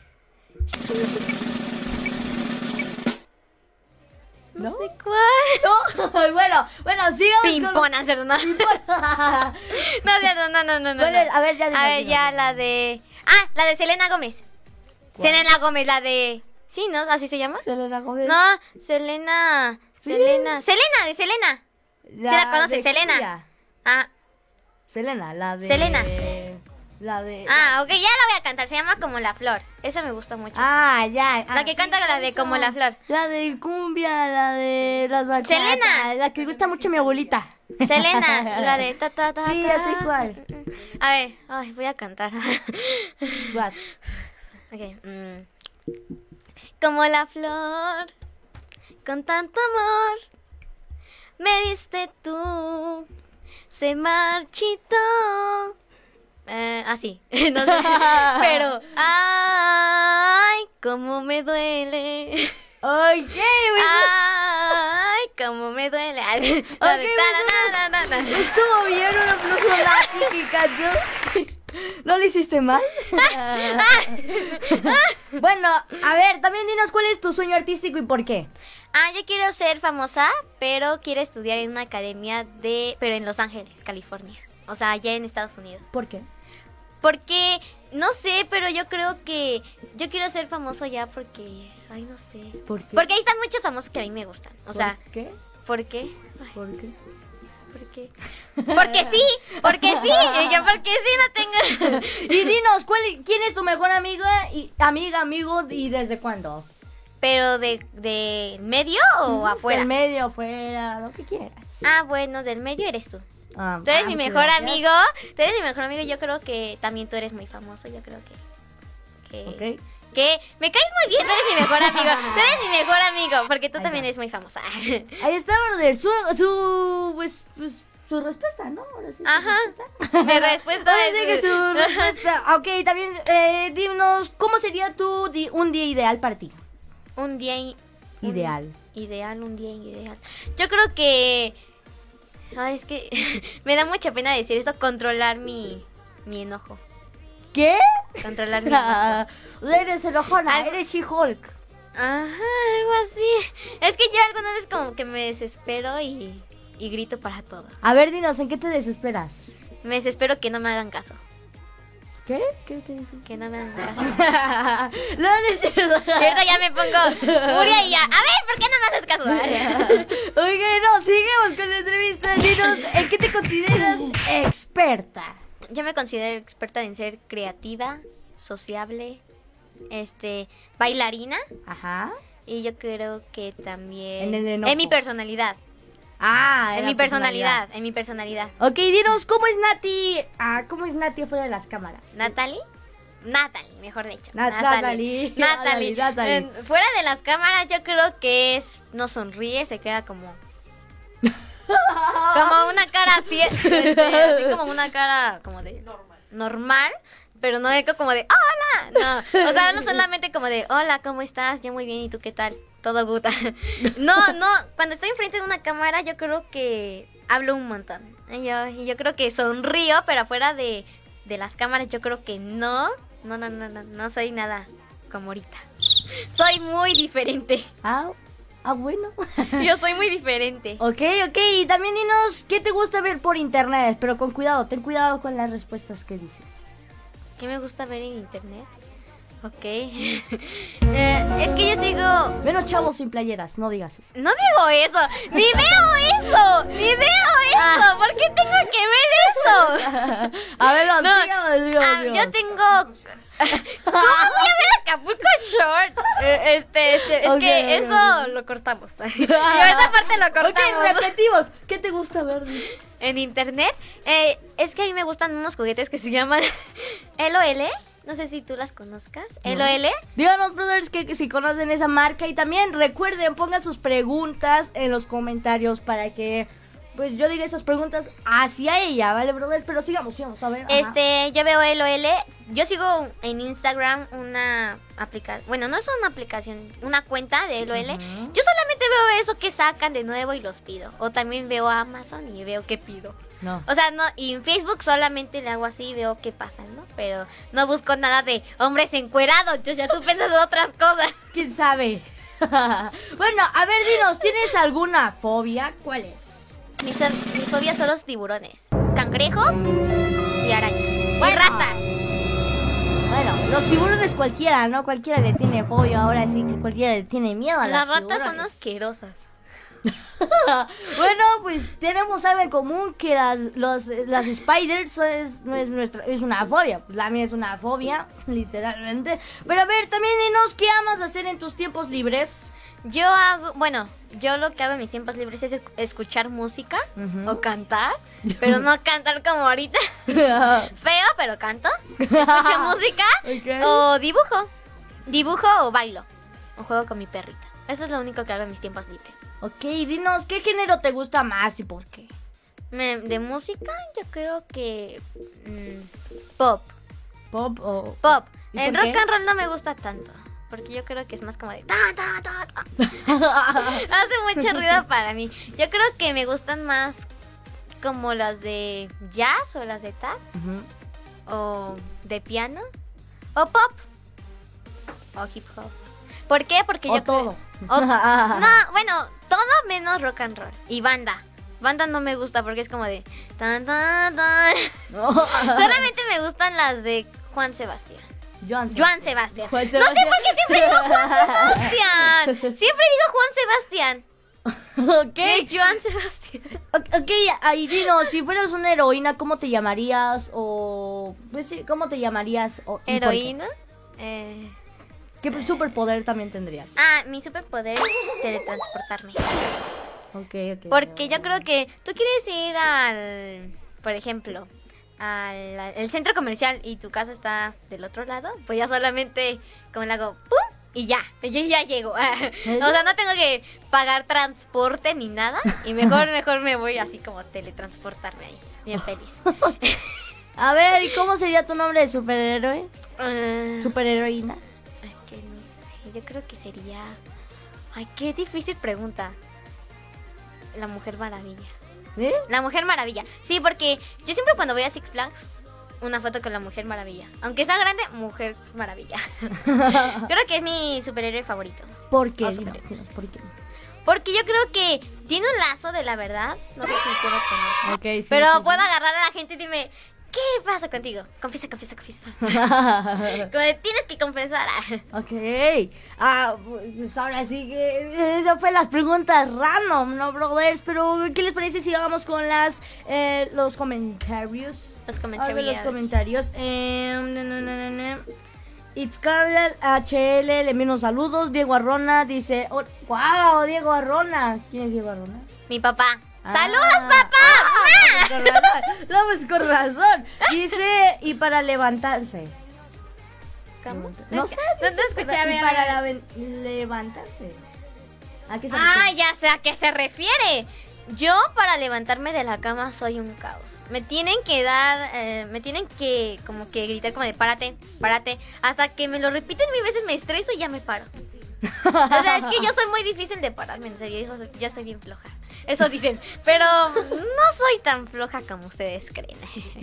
No, ¿No? sé cuál. No, bueno, bueno, sigamos Pimpón, con... ¿cierto? No. Pimpón. No, cierto, no, no, no, no. Bueno, a ver, ya. A ver, ya la de... Ah, la de Selena Gómez. ¿Cuál? Selena Gómez, la de... Sí, ¿no? ¿Así se llama? Selena Gómez. No, Selena... ¿Sí? Selena... Selena, de Selena. La ¿Se la conoce? Selena. Cumbia. Ah. Selena, la de... Selena. La de... Ah, ok, ya la voy a cantar. Se llama Como la Flor. Esa me gusta mucho. Ah, ya. La ah, que sí, canta la de eso. Como la Flor. La de cumbia, la de las bachatas. Selena. La que gusta mucho a mi abuelita. Selena, la de ta ta ta. Sí, ta. así cual. A ver, ay, voy a cantar. Vas. Ok. Mm. Como la flor, con tanto amor, me diste tú, se marchitó. Eh, así, no sé, pero ay, cómo me duele. Ay, ¿qué? Ay, cómo me duele. Okay, estuvo bien, un aplauso lático. ¿No lo hiciste mal? Bueno, a ver, también dinos cuál es tu sueño artístico y por qué. Ah, yo quiero ser famosa, pero quiero estudiar en una academia de, pero en Los Ángeles, California. O sea, allá en Estados Unidos. ¿Por qué? Porque, no sé, pero yo creo que yo quiero ser famoso allá porque, ay, no sé. ¿Por qué? Porque ahí están muchos famosos que a mí me gustan. O ¿Por sea, qué? ¿Por qué? Ay, ¿Por qué? ¿Por qué? Porque sí, porque sí, y yo porque sí no tengo. Y dinos, ¿cuál, ¿quién es tu mejor amiga, y, amiga, amigo y desde cuándo? ¿Pero de, de medio o Mm, afuera? Del medio, afuera, lo que quieras. Ah, bueno, del medio eres tú. Ah, Tú eres ah, mi muchas mejor gracias. amigo. Tú eres mi mejor amigo. Yo creo que también tú eres muy famoso. Yo creo que. que Ok. Que me caes muy bien. Tú eres mi mejor amigo. Tú eres mi mejor amigo. Porque tú Ahí también está. eres muy famosa. Ahí está, brother. Su, su, pues, pues, su respuesta, ¿no? Ahora sí, su Ajá. respuesta. Mi respuesta Ahora es- sí que su respuesta. Ok, también, eh, dinos, ¿cómo sería tu di- un día ideal para ti? Un día. i- un- Ideal. Ideal, un día ideal. Yo creo que. Ay, es que me da mucha pena decir esto. Controlar mi, mi enojo. ¿Qué? Controlar mi enojo. Eres enojona, Algo- eres She-Hulk. Ajá, algo así. Es que yo algunas veces como que me desespero y, y grito para todo. A ver, dinos, ¿en qué te desesperas? Me desespero que no me hagan caso. ¿Qué? ¿Qué te dije? Que no me hagan caso. No, no es cierto. Ahorita ya me pongo furia y ya. A ver, ¿por qué no me haces caso? Oye, no, seguimos con la entrevista. Dinos, ¿en qué te consideras experta? Yo me considero experta en ser creativa, sociable, este, bailarina. Ajá. Y yo creo que también... En el enojo. En mi personalidad. Ah, En la mi personalidad. En mi personalidad. Ok, dinos, ¿cómo es Nati? Ah, ¿cómo es Nati fuera de las cámaras? ¿Natalie? Natalie, mejor dicho. Na- Natalie. Natalie. Natalie, Natalie. En- fuera de las cámaras yo creo que es... No sonríe, se queda como... como una cara así, este, así como una cara como de... Normal. Normal, pero no es como de... ¡Hola! No, o sea, no solamente como de... Hola, ¿cómo estás? Yo muy bien, ¿y tú qué tal? Todo guta. No, no, cuando estoy enfrente de una cámara yo creo que hablo un montón. Y yo, y yo creo que sonrío, pero afuera de, de las cámaras yo creo que no. No, no, no, no, no soy nada como ahorita. Soy muy diferente. Ah, ah, bueno. Yo soy muy diferente. Ok, ok, y también dinos, ¿qué te gusta ver por internet? Pero con cuidado, ten cuidado con las respuestas que dices. ¿Qué me gusta ver en internet? Ok. eh, es que yo sigo... Menos chavos sin playeras, no digas eso. No digo eso, ni veo eso, ni veo eso. ¿Por qué tengo que ver eso? A ver, no, No, digamos, digamos, ah, digamos. yo tengo... ¿Cómo voy a ver Acapulco Short? Eh, este, este, es Ok, que ok, eso ok. lo cortamos. Y esa parte lo cortamos. Ok, repetimos. ¿Qué te gusta ver? En internet, eh, es que a mí me gustan unos juguetes que se llaman L O L. No sé si tú las conozcas. L O L. Díganos, brothers, que, que si conocen esa marca. Y también recuerden, pongan sus preguntas en los comentarios para que pues yo diga esas preguntas hacia ella, ¿vale, brothers? Pero sigamos, sigamos, a ver. ajá. Este, yo veo L O L. Yo sigo en Instagram una aplicación. Bueno, no es una aplicación, una cuenta de L O L. Ujú. Yo solamente veo eso que sacan de nuevo y los pido. O también veo Amazon y veo qué pido. No. O sea, no, y en Facebook solamente le hago así y veo qué pasa, ¿no? Pero no busco nada de hombres encuerados. Yo ya estoy pensando en otras cosas. ¿Quién sabe? Bueno, a ver, dinos, ¿tienes alguna fobia? ¿Cuál es? Mi, so- mi fobia son los tiburones, cangrejos y arañas. Y Bueno. ratas. Bueno, los tiburones cualquiera, ¿no? Cualquiera le tiene fobia, ahora sí que cualquiera le tiene miedo a Las los ratas son tiburones. asquerosas. Bueno, pues tenemos algo en común que las, los, las spiders son- es, no es, nuestra, es una fobia. Pues la mía es una fobia, literalmente. Pero a ver, también dinos, ¿qué amas hacer en tus tiempos libres? Yo hago, bueno, yo lo que hago en mis tiempos libres es esc- escuchar música Ujú. o cantar, pero no cantar como ahorita. Feo, pero canto. Escucho música Ok. o dibujo. Dibujo o bailo. O juego con mi perrita. Eso es lo único que hago en mis tiempos libres. Ok, dinos, ¿qué género te gusta más y por qué? Me- de música, yo creo que mm, pop. ¿Pop o...? Pop. ¿Y El por rock qué? and roll no me gusta tanto. Porque yo creo que es más como de... ta, ta, ta, ta. Hace mucho ruido para mí. Yo creo que me gustan más como las de jazz o las de tap. Ujú. O de piano. O pop. O hip hop. ¿Por qué? Porque O yo todo. creo- o- no, bueno, todo menos rock and roll. Y banda. Banda no me gusta porque es como de... tan, tan, tan. Solamente me gustan las de Juan Sebastián. Joan Juan Sebastián. Juan No sé Sebastián. por qué siempre digo Juan Sebastián. Siempre digo Juan Sebastián. Ok. ¿Qué? Juan Sebastián. Ok, ahí dinos, si fueras una heroína, ¿cómo te llamarías? O... Pues sí, ¿cómo te llamarías? O, y por qué? Heroína. Eh... ¿Qué superpoder también tendrías? Ah, mi superpoder es teletransportarme. Ok, ok. Porque yo creo que tú quieres ir al, por ejemplo, al, al- el centro comercial y tu casa está del otro lado, pues ya solamente como le hago ¡pum! Y ya, yo ya llego. O sea, no tengo que pagar transporte ni nada y mejor, mejor me voy así como teletransportarme ahí, bien feliz. A ver, ¿y cómo sería tu nombre de superhéroe? Ah, Superheroína. es que no sé, yo creo que sería... Ay, qué difícil pregunta. La Mujer Maravilla. ¿Eh? La Mujer Maravilla. Sí, porque yo siempre cuando voy a Six Flags, una foto con la Mujer Maravilla. Aunque sea grande, Mujer Maravilla. Creo que es mi superhéroe favorito. ¿Por qué? Oh, Dinos, superhéroe. dinos, ¿por qué? Porque yo creo que tiene un lazo de la verdad. No sé si puedo conocer. Ok, sí, Pero sí, sí. puedo agarrar a la gente y dime, ¿qué pasa contigo? Confiesa, confiesa, confiesa. Como de, tienes que confesar. Ok. Ah, pues ahora sí que esas fueron las preguntas random, ¿no, brothers? Pero, ¿qué les parece si vamos con las eh, los comentarios? Los A ver, comentarios. los comentarios. Eh, na, na, na, na, na. It's Carl H L, le envío unos saludos. Diego Arrona dice, oh, wow, Diego Arrona. ¿Quién es Diego Arrona? Mi papá. Ah. ¡Saludos, papá! Ah, con razón. No, pues con razón. Dice, y para levantarse. ¿Cómo? No sé. No te escuché, a Y ver, para a ver. la- levantarse. ¿A qué se Ah, refiere? ya sé a qué se refiere. Yo para levantarme de la cama soy un caos. Me tienen que dar, eh, me tienen que como que gritar como de párate, párate. Hasta que me lo repiten mil veces me estreso y ya me paro. O sea, es que yo soy muy difícil de pararme, en serio, yo soy, yo soy bien floja. Eso dicen, pero no soy tan floja como ustedes creen.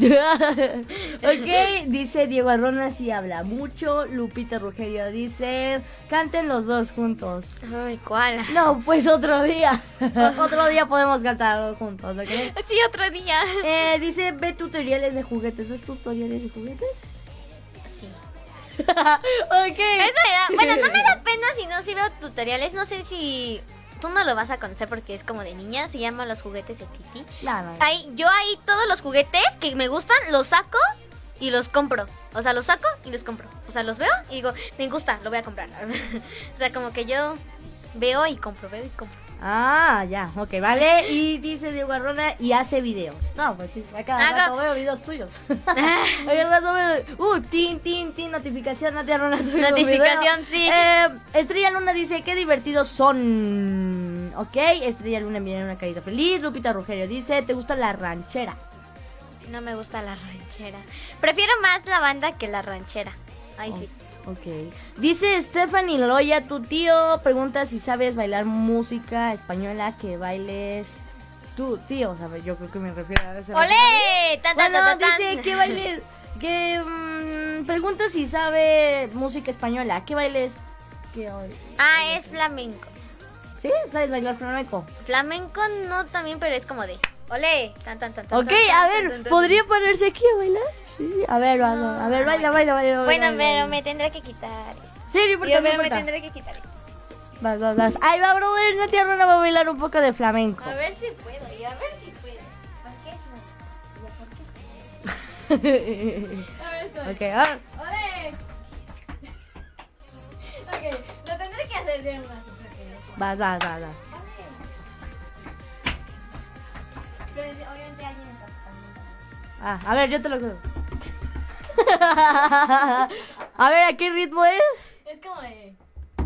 Ok, dice Diego Arrona, sí habla mucho. Lupita Rugerio dice, canten los dos juntos. Ay, ¿cuál? No, pues otro día. O- otro día podemos cantar juntos, ¿no crees? Sí, otro día. Eh, dice, ve tutoriales de juguetes. ¿Ves tutoriales de juguetes? Sí. Ok. Eso me da, bueno, no me da pena, sino si veo tutoriales. No sé si tú no lo vas a conocer porque es como de niña. Se llama Los Juguetes de Titi. No, no, no. Ahí, yo ahí todos los juguetes que me gustan los saco y los compro. O sea, los saco y los compro. O sea, los veo y digo, me gusta, lo voy a comprar. O sea, como que yo veo y compro, veo y compro. Ah, ya, ok, vale. Y dice Diego Arrona y hace videos. No, pues sí, a cada Hago- rato veo videos tuyos. A cada rato veo. Uh, tin, tin, tin, notificación, Nati Arrona subió un video. Notificación, sí. Eh, Estrella Luna dice, qué divertidos son. Ok, Estrella Luna envía una carita feliz. Lupita Rugerio dice, ¿te gusta la ranchera? No me gusta la ranchera. Prefiero más la banda que la ranchera. Ay, sí. Ok. Dice Stephanie Loya, tu tío pregunta si sabes bailar música española, que bailes tu tío. O sea, yo creo que me refiero a eso. ¡Olé! Tan, tan, Bueno, tan, tan, dice tan. que bailes, que mm, pregunta si sabe música española. ¿Qué bailes? ¿Qué hoy? Ah, es flamenco. ¿Sí? ¿Sabes bailar flamenco? Flamenco no también, pero es como de ¡olé! Tan, tan, tan, tan, Ok, tan, a tan, ver, tan, tan, ¿podría ponerse aquí a bailar? Sí, sí. A ver, a, No. a ver, baila, baila, baila. Bueno, baila, pero baila. me tendré que quitar eso. Sí, no importa, Yo no me importa. tendré que quitar eso. Vas, vas, vas. Ahí va, brother, Nati Arrona va a bailar un poco de flamenco. A ver si puedo, y a ver si puedo. ¿Por qué no? A ver, Ok, a ver. ¡olé! Ok, lo tendré que hacer bien más. Vas, vas, vas, vas. Pero obviamente alguien está tocando. Ah, a ver, yo te lo creo. A ver, ¿a qué ritmo es? Es como de...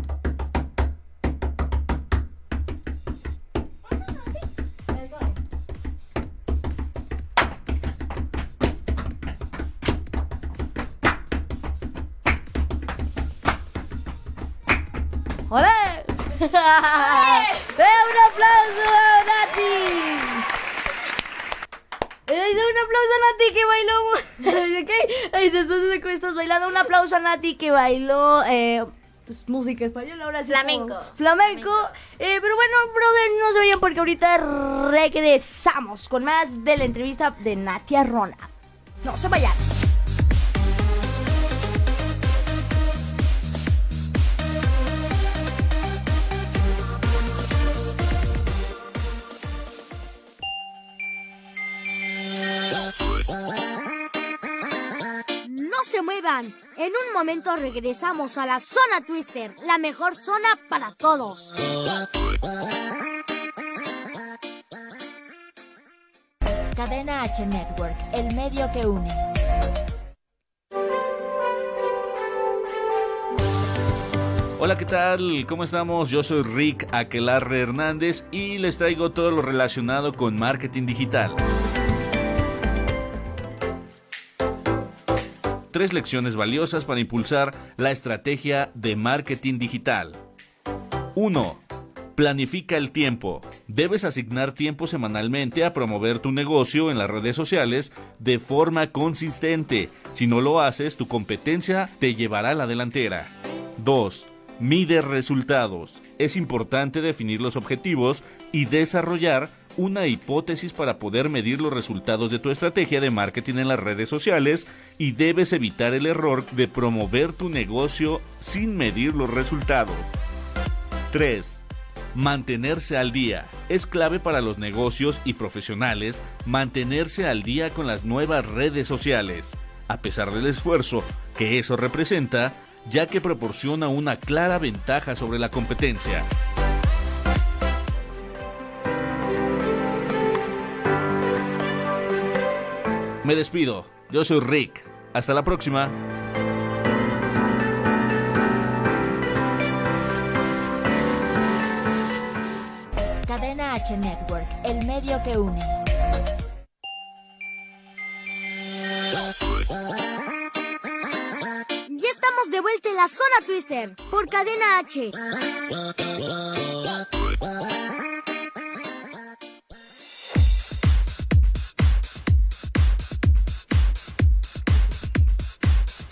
¡Olé! ¡Eh, un aplauso a Nati! ¡Eh, un aplauso a Nati que bailó! ¿Ok? Ay, entonces, ¿cómo estás bailando? Un aplauso a Nati que bailó eh, pues, música española, ahora sí. Flamenco. como- Flamenco. Eh, pero bueno, brother, no se vayan porque ahorita regresamos con más de la entrevista de Nati Arrona. No se vayan. No se muevan. En un momento regresamos a la Zona Twister, la mejor zona para todos. Cadena H Network, el medio que une. Hola, ¿qué tal? ¿Cómo estamos? Yo soy Rick Aquelarre Hernández y les traigo todo lo relacionado con marketing digital. Tres lecciones valiosas para impulsar la estrategia de marketing digital. uno. Planifica el tiempo. Debes asignar tiempo semanalmente a promover tu negocio en las redes sociales de forma consistente. Si no lo haces, tu competencia te llevará a la delantera. dos. Mide resultados. Es importante definir los objetivos y desarrollar una hipótesis para poder medir los resultados de tu estrategia de marketing en las redes sociales y debes evitar el error de promover tu negocio sin medir los resultados. tres. Mantenerse al día. Es clave para los negocios y profesionales mantenerse al día con las nuevas redes sociales, a pesar del esfuerzo que eso representa, ya que proporciona una clara ventaja sobre la competencia. Me despido. Yo soy Rick. Hasta la próxima. Cadena H Network, el medio que une. Ya estamos de vuelta en la Zona Twister por Cadena H.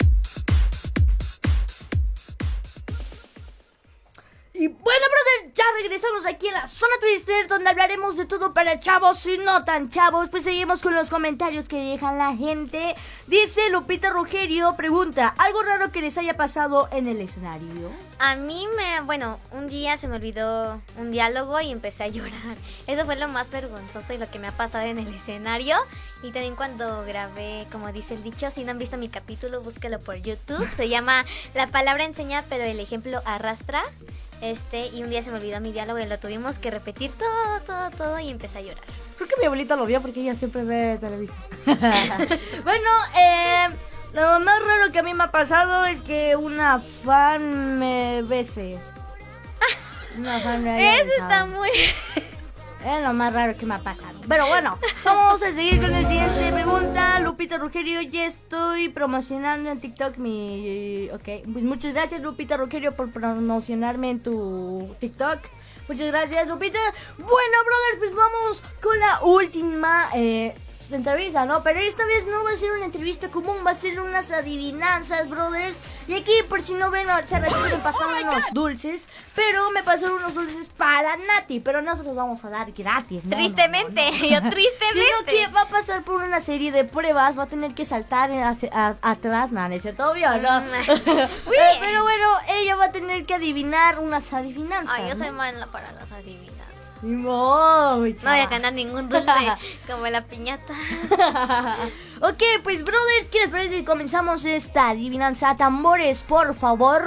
Y bueno, brother, ya regresamos aquí a la Zona Twister, donde hablaremos de todo para chavos y no tan chavos. Pues seguimos con los comentarios que dejan la gente. Dice Lupita Rogerio, pregunta, ¿algo raro que les haya pasado en el escenario? A mí me, bueno, un día se me olvidó un diálogo y empecé a llorar. Eso fue lo más vergonzoso y lo que me ha pasado en el escenario. Y también cuando grabé, como dice el dicho, si no han visto mi capítulo, búsquelo por YouTube. Se llama La palabra enseña, pero el ejemplo arrastra. Este, y un día se me olvidó mi diálogo y lo tuvimos que repetir todo, todo, todo y empecé a llorar. Creo que mi abuelita lo vio porque ella siempre ve televisión. Bueno, eh, lo más raro que a mí me ha pasado es que una fan me bese. Una fan me haya Eso besado. está muy... Es lo más raro que me ha pasado. Pero bueno, vamos a seguir con la siguiente pregunta. Lupita Rogerio, ya estoy promocionando en TikTok mi... Ok, pues muchas gracias Lupita Rogerio por promocionarme en tu TikTok. Muchas gracias Lupita. Bueno, brothers, pues vamos con la última eh, entrevista, ¿no? Pero esta vez no va a ser una entrevista común, va a ser unas adivinanzas, brothers. Y aquí, por si no ven, se reciben pasaron oh unos dulces, pero me pasaron unos dulces para Nati, pero no se los vamos a dar gratis, ¿no? Tristemente, no, no, no. yo tristemente. Sino que va a pasar por una serie de pruebas, va a tener que saltar en, a, a, atrás, ¿no? ¿Es cierto? Obvio, ¿no? Mm. eh, pero bueno, ella va a tener que adivinar unas adivinanzas. Ay, yo ¿no? soy mala para las adivinanzas. No, No voy a ganar ningún dulce como la piñata. Ok, pues brothers, ¿qué les parece si comenzamos esta adivinanza? Tambores, por favor.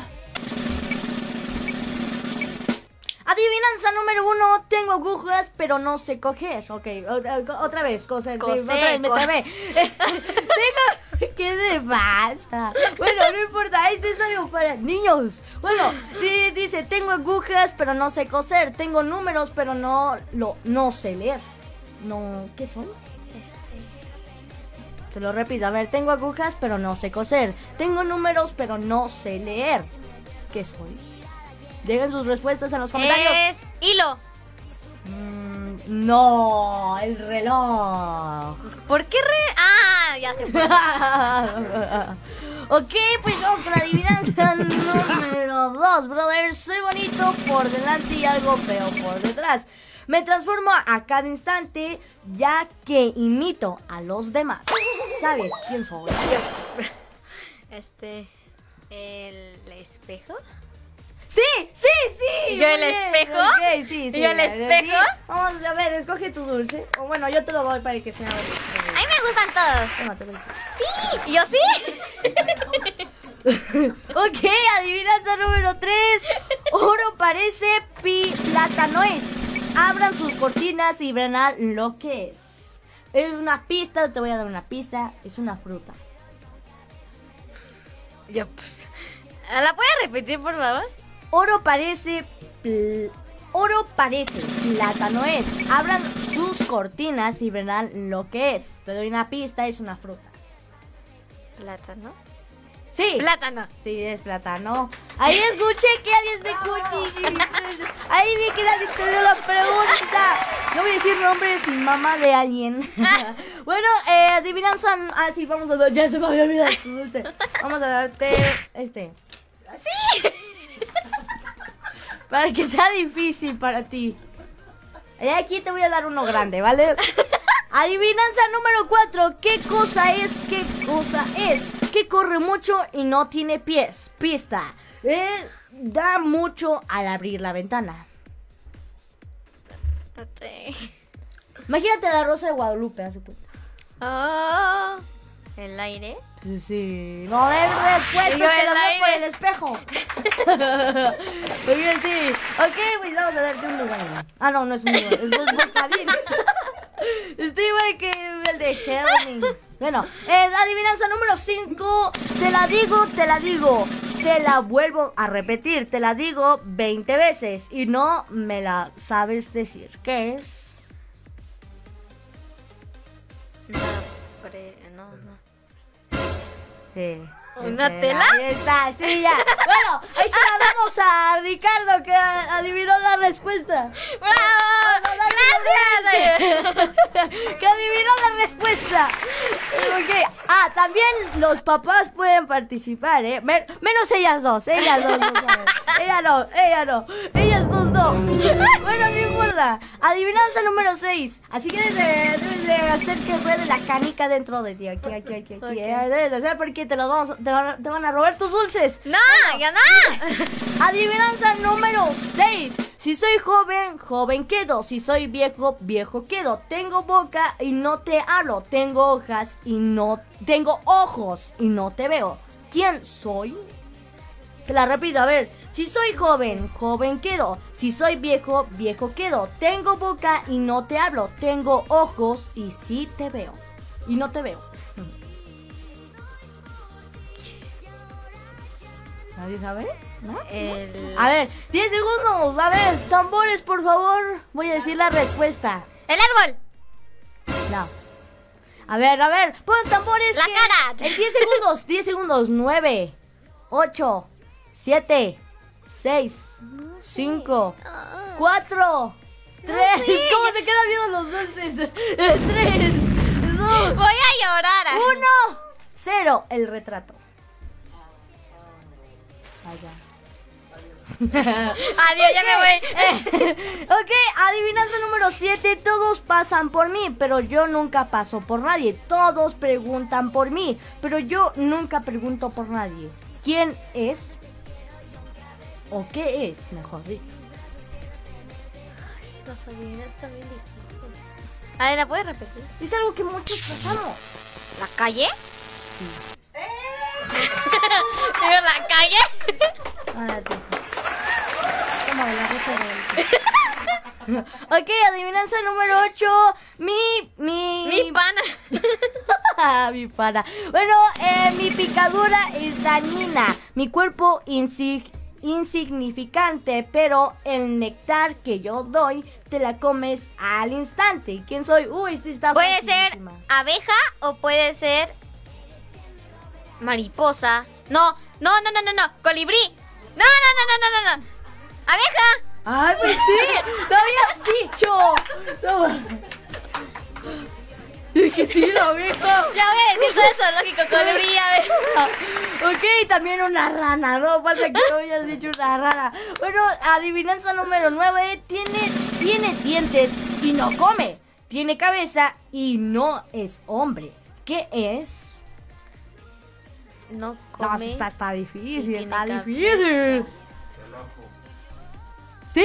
Adivinanza número uno, tengo agujas pero no sé coger. Ok, otra, otra vez, cosa, sí, otra vez, me trabé. Tengo... ¿Qué te pasa? Bueno, no importa, este es algo para niños. Bueno, sí, dice, tengo agujas pero no sé coser. Tengo números pero no, lo, no sé leer. No, ¿qué son? Te lo repito, a ver, tengo agujas pero no sé coser. Tengo números pero no sé leer. ¿Qué soy? Dejen sus respuestas en los comentarios. Es hilo. Mm, no, el reloj. ¿Por qué re...? Ah, ya se fue. Ok, pues vamos con la adivinanza número dos, brothers. Soy bonito por delante y algo feo por detrás. Me transformo a cada instante ya que imito a los demás. ¿Sabes quién soy? Este... ¿El espejo? ¡Sí! ¡Sí! ¡Sí! ¿Yo el Muy bien. espejo? Ok, sí, sí. ¿Yo el espejo? Sí. Vamos a ver, escoge tu dulce. O bueno, yo te lo doy para que sea... A mí me gustan todos. Tómate, dulce. Sí, ¿yo sí? Ok, adivinanza número tres. Oro parece, pi, plata no es. Abran sus cortinas y verán lo que es. Es una pista, te voy a dar una pista. Es una fruta. Yo... ¿La puedes repetir, por favor? Oro parece, pl- oro parece, plata no es. Abran sus cortinas y verán lo que es. Te doy una pista, es una fruta. Plátano. Sí. Plátano. Sí, es plátano. Ahí escuché que alguien te escucha. Ahí vi que alguien te dio la pregunta. No voy a decir nombres, mamá de alguien. Bueno, eh, adivinanza. Ah, sí, vamos a dar. Ya se me había olvidado tu dulce. Vamos a darte este. Sí. Para que sea difícil para ti. Y aquí te voy a dar uno grande, ¿vale? Adivinanza número cuatro. ¿Qué cosa es? ¿Qué cosa es? Que corre mucho y no tiene pies. Pista. Eh, da mucho al abrir la ventana. Imagínate la rosa de Guadalupe, hace cuenta. Oh, ¿el aire? Sí, sí. No, de respuestas Yo que el las veo aire. por el espejo. Muy bien, sí. Ok, pues vamos a darte un lugar. Ah, no, no es un lugar. Es un bocadín. Estoy igual que el de Hellning. Bueno, eh, adivinanza número cinco. Te la digo, te la digo. Te la vuelvo a repetir. Te la digo veinte veces. Y no me la sabes decir. ¿Qué es? No, pre- no, no. Sí. ¿Una Este, tela? Ahí está, sí, ya. Bueno, ahí se la damos a Ricardo que a- adivinó la respuesta. ¡Bravo! ¡Gracias! Que adivinó la respuesta. Ok. Ah, también los papás pueden participar, ¿eh? Men- menos ellas dos. Ellas dos no saben. Ella no, ella no. Ellas dos no. punto. Bueno, no importa. Adivinanza número seis. Así que debes de, debes de hacer que ruede la canica dentro de ti. Aquí, aquí, aquí, aquí. Okay. Eh, Debes de hacer porque te, los vamos, te, van, te van a robar tus dulces. ¡No! ¡Ya no! Adivinanza número seis. Si soy joven, joven quedo. Si soy viejo, viejo quedo. Tengo boca y no te hablo. Tengo hojas y no... Tengo ojos y no te veo. ¿Quién soy? Te la repito, a ver. Si soy joven, joven quedo. Si soy viejo, viejo quedo. Tengo boca y no te hablo. Tengo ojos y sí te veo. Y no te veo. ¿Nadie sabe? ¿No? El... A ver, diez segundos. A ver, tambores, por favor. Voy a decir la respuesta. ¡El árbol! No. A ver, a ver, pon tambores. La que- cara. En diez segundos, diez segundos. nueve, ocho, siete, seis, cinco, cuatro, tres. ¿Cómo se quedan viendo los dulces? tres, dos, Voy a llorar. uno, cero. El retrato. Vaya. Adiós, ya me voy. Ok, adivinanza número siete. Todos pasan por mí, pero yo nunca paso por nadie. Todos preguntan por mí, pero yo nunca pregunto por nadie. ¿Quién es? ¿O qué es? Mejor dicho. Las adivinanzas también difíciles. A ver, ¿la puedes repetir? Es algo que muchos pasamos. ¿La calle? ¿En la calle? Ah, tío. Toma de la referencia. Ok, adivinanza número ocho. Mi, mi... Mi pana. Ah, mi pana. Bueno, eh, mi picadura es dañina. Mi cuerpo insig- insignificante, pero el néctar que yo doy te la comes al instante. ¿Quién soy? Uy, este está Puede ser facilísima. abeja o puede ser mariposa. No, no, no, no, no, no. Colibrí. No, no, no, no, no, no, no. Abeja. ¡Ay, pues sí! ¡Lo habías dicho! No. Dije sí, la abeja. Ya voy a decir todo eso, lógico, colibrí, abeja. Ok, también una rana, no falta que no hayas dicho una rana. Bueno, adivinanza número nueve. Tiene, tiene dientes y no come. Tiene cabeza y no es hombre. ¿Qué es? No No, come. está, está difícil, tiene está cabeza. difícil. ¡Sí!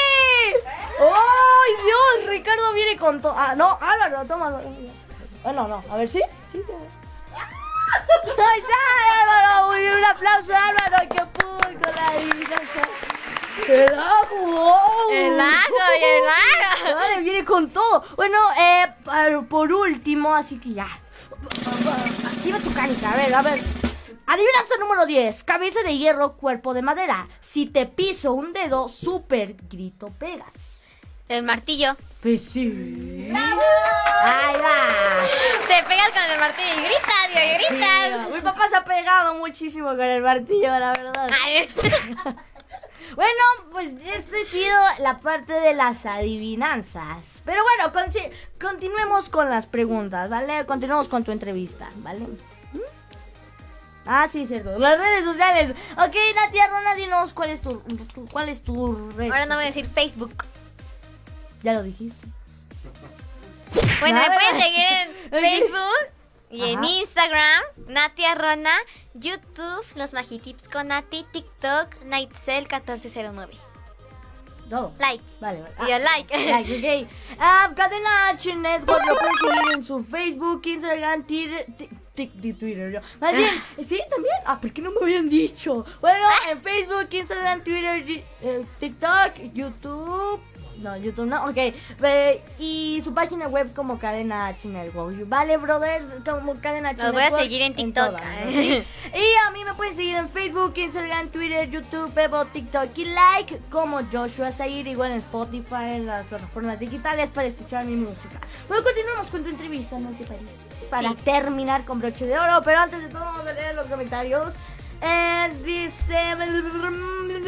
¡Oh, Dios! Ricardo viene con todo. Ah, no, Álvaro, tómalo. Bueno, no, a ver, ¿sí? Sí, sí. ¡Ahí está, Álvaro! Muy bien, un aplauso a Álvaro que pudo con la adivinanza. ¡El ajo! El ajo y el ajo. Vale, viene con todo. Bueno, eh, por- por último, así que ya. Activa tu canica, a ver, a ver. Adivinanza número diez. Cabeza de hierro, cuerpo de madera. Si te piso un dedo, súper grito pegas. El martillo. Pues sí. Ahí va. Te pegas con el martillo y gritas, y gritas. Sí, mi papá se ha pegado muchísimo con el martillo, la verdad. Ay. Bueno, pues esta ha sido la parte de las adivinanzas. Pero bueno, con- continuemos con las preguntas, ¿vale? Continuemos con tu entrevista, ¿vale? ¿Mm? Ah, sí, cierto. Las redes sociales. Ok, Natia Rona, dinos cuál es tu, tu- cuál es tu red. Ahora no voy a decir Facebook. Ya lo dijiste. Bueno, A me ver. pueden seguir en Facebook y en Ajá. Instagram, Natia Rona, YouTube, Los Magitips con Nati, TikTok, Nightcell catorce cero nueve. Todo. Like. Vale, vale. Y el like. Like, ok. Ah, Cadena H Network lo pueden seguir en su Facebook, Instagram, Twitter, ti- ti- ti- Twitter, yo. Más bien, ¿sí? ¿También? Ah, ¿por qué no me habían dicho? Bueno, en Facebook, Instagram, Twitter, G- eh, TikTok, YouTube. No, YouTube no, ok. Eh, y su página web como Cadena H Network. Vale, brothers, como Cadena H Los voy a Network. seguir en TikTok. todas, ¿no? ¿Sí? Y a mí me pueden seguir en Facebook, Instagram, Twitter, YouTube, Bebo, TikTok y Like como Joshua Zair, igual en Spotify, en las plataformas digitales para escuchar mi música. Bueno, continuamos con tu entrevista, ¿no te parece? Para Sí. terminar con broche de oro, pero antes de todo vamos a leer los comentarios. Eh, dice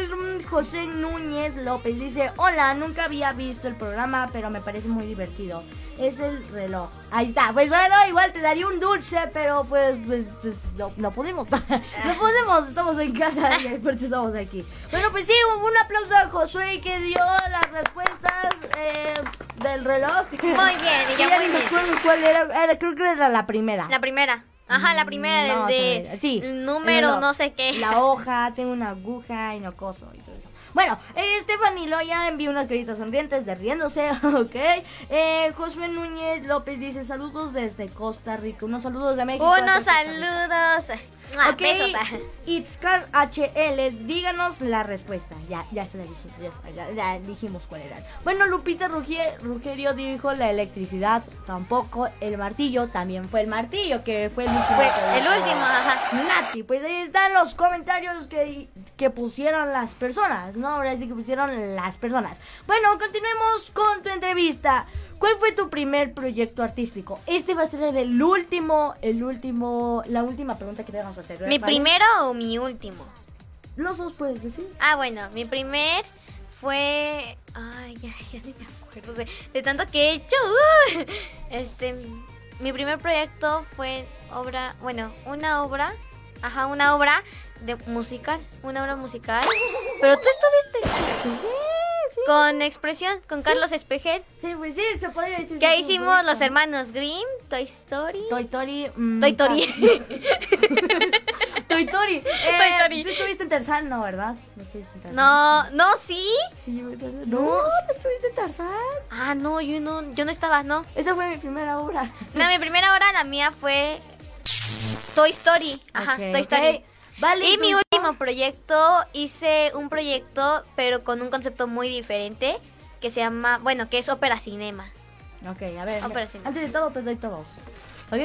José Núñez López dice, hola, nunca había visto el programa, pero me parece muy divertido. Es el reloj. Ahí está. Pues bueno, igual te daría un dulce, pero pues, pues, pues no, no podemos. No podemos, estamos en casa y después estamos aquí. Bueno, pues sí, un aplauso a Josué que dio las respuestas eh, del reloj. Muy bien, ella ya muy ni me bien. acuerdo cuál era, era, creo que era la primera. La primera. Ajá, la primera No, del se de me- sí, el número, el reloj. no sé qué. La hoja, tengo una aguja y no coso y todo eso. Bueno, eh, Stephanie Loya envió unas caritas sonrientes de riéndose, ok. Eh, Josué Núñez López dice saludos desde Costa Rica. Unos saludos de México. Unos hasta Costa Rica. saludos. Mua, Ok, besos. Itzcar H L, díganos la respuesta. Ya, ya se la dijimos, ya, ya, ya dijimos cuál era. Bueno, Lupita Rugier- Rugerio dijo la electricidad, tampoco. El martillo, también fue el martillo, que fue el último. Fue que el dijo último, ajá. Nati, pues ahí están los comentarios que, que pusieron las personas, ¿no? Ahora sí que pusieron las personas. Bueno, continuemos con tu entrevista. ¿Cuál fue tu primer proyecto artístico? Este va a ser el último, el último, la última pregunta que te vamos a hacer. ¿Mi ¿vale? primero o mi último? Los dos puedes decir. Ah, bueno, mi primer fue... Ay, ya, ya ni me acuerdo de, de tanto que he hecho. Uh, Este, mi primer proyecto fue obra, bueno, una obra, ajá, una obra de musical, una obra musical. Pero tú estuviste Sí, sí. con Expresión, con Carlos Espejel, Sí, pues sí, se podría decir. que fue hicimos un proyecto. los hermanos Grimm, Toy Story. Toy Story. mm, Toy Story. Toy Story. Eh, Toy Story. Tú estuviste en Tarzán, ¿no, verdad? No estuviste en Tarzán. No, no, sí. Sí, yo en Tarzán. No, no estuviste en Tarzán. Ah, no, yo no, yo no estaba, no. Esa fue mi primera obra. No, mi primera obra, la mía fue Toy Story. Ajá, Ok, Toy Story. ok. Vale. Y mi tú- último proyecto, hice un proyecto, pero con un concepto muy diferente, que se llama, bueno, que es ópera cinema. Ok, a ver. Ópera cinema. Antes de todo, te doy todos. Ok.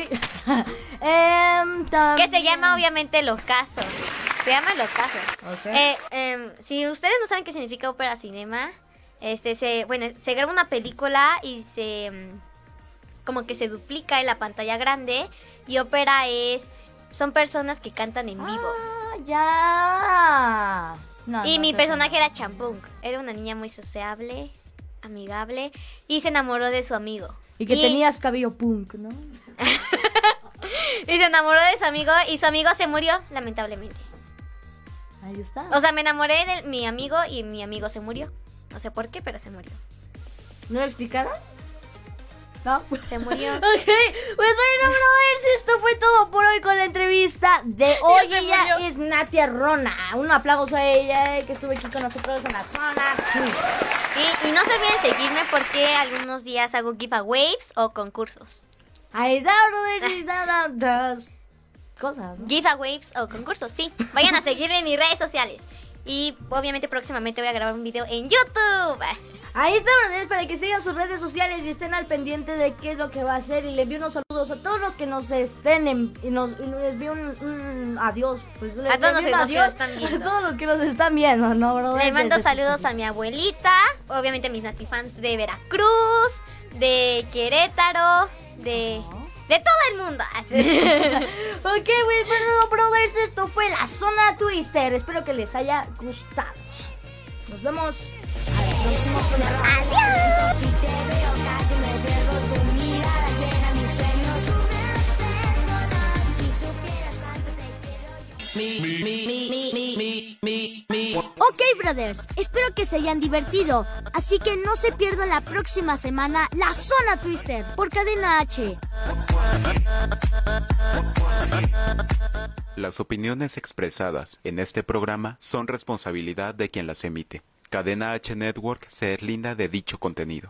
Em, Que también- se llama, obviamente, Los Casos. Se llama Los Casos. Ok. Eh, em, si ustedes no saben qué significa ópera cinema, este, se, bueno, se graba una película y se, em, como que se duplica en la pantalla grande, y ópera es, son personas que cantan en vivo. Ah, ya. No, Y no, mi creo que personaje no. era Champunk. Era una niña muy sociable, amigable, y se enamoró de su amigo. Y que tenías cabello punk, ¿no? Y se enamoró de su amigo, y su amigo se murió, lamentablemente. Ahí está. O sea, me enamoré de mi amigo y mi amigo se murió. No sé por qué, pero se murió. ¿No lo explicaron? No. Se murió. Ok, pues bueno, brothers, esto fue todo por hoy con la entrevista de hoy. Ya se Ella murió. es Natia Rona. Un aplauso a ella, eh, que estuvo aquí con nosotros en la zona. Y, y no se olviden seguirme porque algunos días hago giveaways o concursos. Ahí está, brothers, ahí están las cosas, ¿no? Giveaways o concursos, sí. Vayan a seguirme en mis redes sociales. Y obviamente próximamente voy a grabar un video en YouTube. Ahí está, brothers, para que sigan sus redes sociales y estén al pendiente de qué es lo que va a hacer. Y le envío unos saludos a todos los que nos estén en, y nos y les envío un, un adiós. Pues, les A todos envío los un que nos están viendo. A todos los que nos están viendo, ¿no, brothers? Le mando Desde saludos sus- a mi abuelita, obviamente a mis natifans de Veracruz, de Querétaro, de, de todo el mundo. Ok, pues bueno, brothers, esto fue la Zona Twister. Espero que les haya gustado. Nos vemos al próximo programa. ¡Adiós! Si te veo casi me pierdo, tu mirada llena mis sueños. Si supieras cuánto te quiero yo. Ok, brothers, espero que se hayan divertido. Así que no se pierdan la próxima semana la Zona Twister por Cadena H. Las opiniones expresadas en este programa son responsabilidad de quien las emite. Cadena H Network se deslinda de dicho contenido.